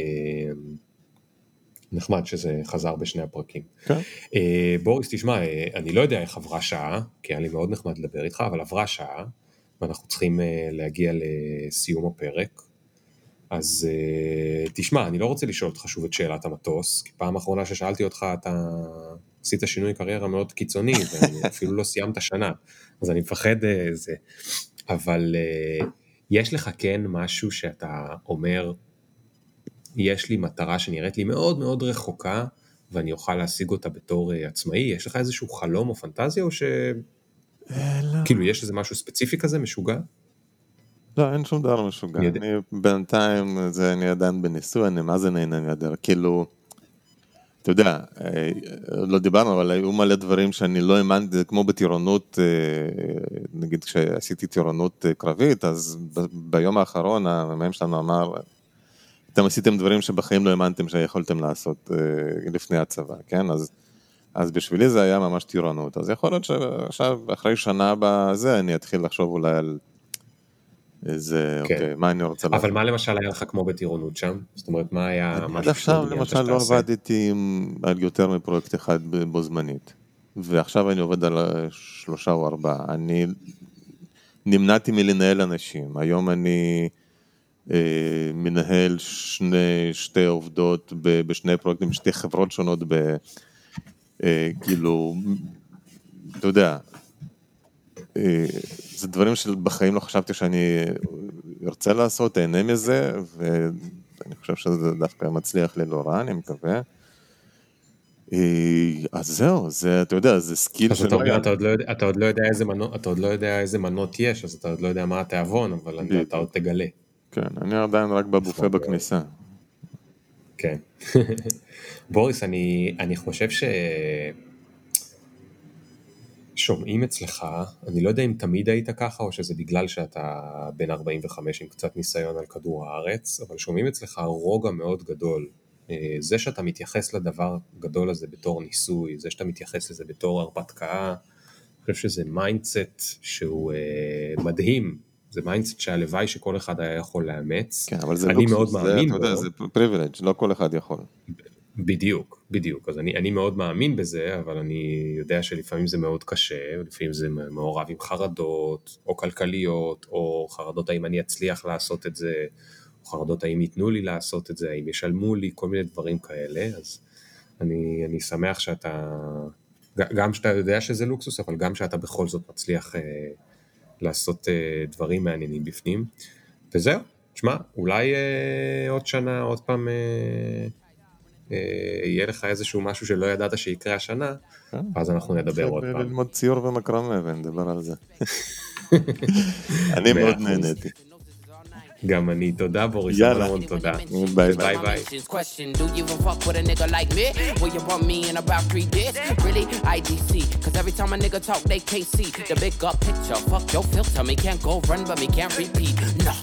נחמד שזה חזר בשני הפרקים. בוריס, תשמע, אני לא יודע איך עברה שעה, כי היה לי מאוד נחמד לדבר איתך, אבל עברה שעה, ואנחנו צריכים להגיע לסיום הפרק. אז תשמע, אני לא רוצה לשאול אותך שוב את שאלת המטוס, כי פעם האחרונה ששאלתי אותך, אתה עשית שינוי קריירה מאוד קיצוני, ואפילו לא סיימת שנה, אז אני מפחד זה. אבל יש לך כן משהו שאתה אומר, יש לי מטרה שנראית לי מאוד מאוד רחוקה, ואני אוכל להשיג אותה בתור עצמאי, יש לך איזשהו חלום או פנטזיה, או כאילו יש איזה משהו ספציפי כזה, משוגע? לא, אין שום דבר משוגע. אני בינתיים, אני עדיין בניסוי, אני מה זה נהדר, כאילו, אתה יודע, לא דיברנו, אבל היו מלא דברים שאני לא האמנתי, כמו בטירונות, נגיד כשעשיתי טירונות קרבית, אז ביום האחרון, המאמן שלנו אמר, אתם עשיתם דברים שבחיים לא האמנתם שיכולתם לעשות לפני הצבא, כן? אז בשבילי זה היה ממש טירונות. אז יכול להיות שעכשיו, אחרי שנה בזה, אני אתחיל לחשוב אולי על איזה, אוקיי, מה אני רוצה לעשות. אבל מה למשל היה לך כמו בטירונות שם? זאת אומרת, מה היה משהו? עד עכשיו, למשל, לא עבדתי על יותר מפרויקט אחד בו זמנית. ועכשיו אני עובד על 3 או 4. אני נמנעתי מלנהל אנשים. היום אני מנהל שתי עובדות בשני פרויקטים, 2 חברות שונות כאילו, אתה יודע, זה דברים שבחיים לא חשבתי שאני ארצה לעשות, אהנה מזה, ואני חושב שזה דווקא מצליח לי לא רע, אני מקווה. אז זהו, זה, אתה יודע, זה סקיל שלא היה. אתה עוד לא יודע איזה מנות יש, אז אתה עוד לא יודע מה התיאבון, אבל אתה עוד תגלה. כן, אני עדיין רק בבופה בכניסה. כן. בוריס, אני חושב שומעים אצלך, אני לא יודע אם תמיד היית ככה, או שזה בגלל שאתה בן 45 עם קצת ניסיון על כדור הארץ, אבל שומעים אצלך רוגע מאוד גדול. זה שאתה מתייחס לדבר גדול הזה בתור ניסוי, זה שאתה מתייחס לזה בתור הרפתקה, אני חושב שזה מיינדסט שהוא מדהים, זה מיינדסט שהלוואי שכל אחד היה יכול לאמץ. כן, אבל זה לוקסוס, זה פריבילג', לא כל אחד יכול. בדיוק. אז אני מאוד מאמין בזה, אבל אני יודע שלפעמים זה מאוד קשה, לפעמים זה מעורב עם חרדות, או כלכליות, או חרדות האם אני אצליח לעשות את זה, או חרדות האם ייתנו לי לעשות את זה, האם ישלמו לי, כל מיני דברים כאלה, אז אני שמח שאתה, גם שאתה יודע שזה לוקסוס, אבל גם שאתה בכל זאת מצליח לעשות דברים מעניינים בפנים, וזהו, תשמע, אולי עוד שנה, עוד פעם, יהיה לך איזשהו משהו שלא ידעת שיקרה השנה, אז אנחנו נדבר עוד פעם. ללמוד ציור ומקרמה ונדבר על זה. אני מאוד נהניתי. גם אני, תודה בוריס, המון תודה. ביי ביי. Do you even fuck with a nigga like me? Will you want me in about 3 days? Really? IDC. Cause every time a nigga talk, they can't see the big up picture. Fuck your filter, me can't go run, but me can't repeat. No.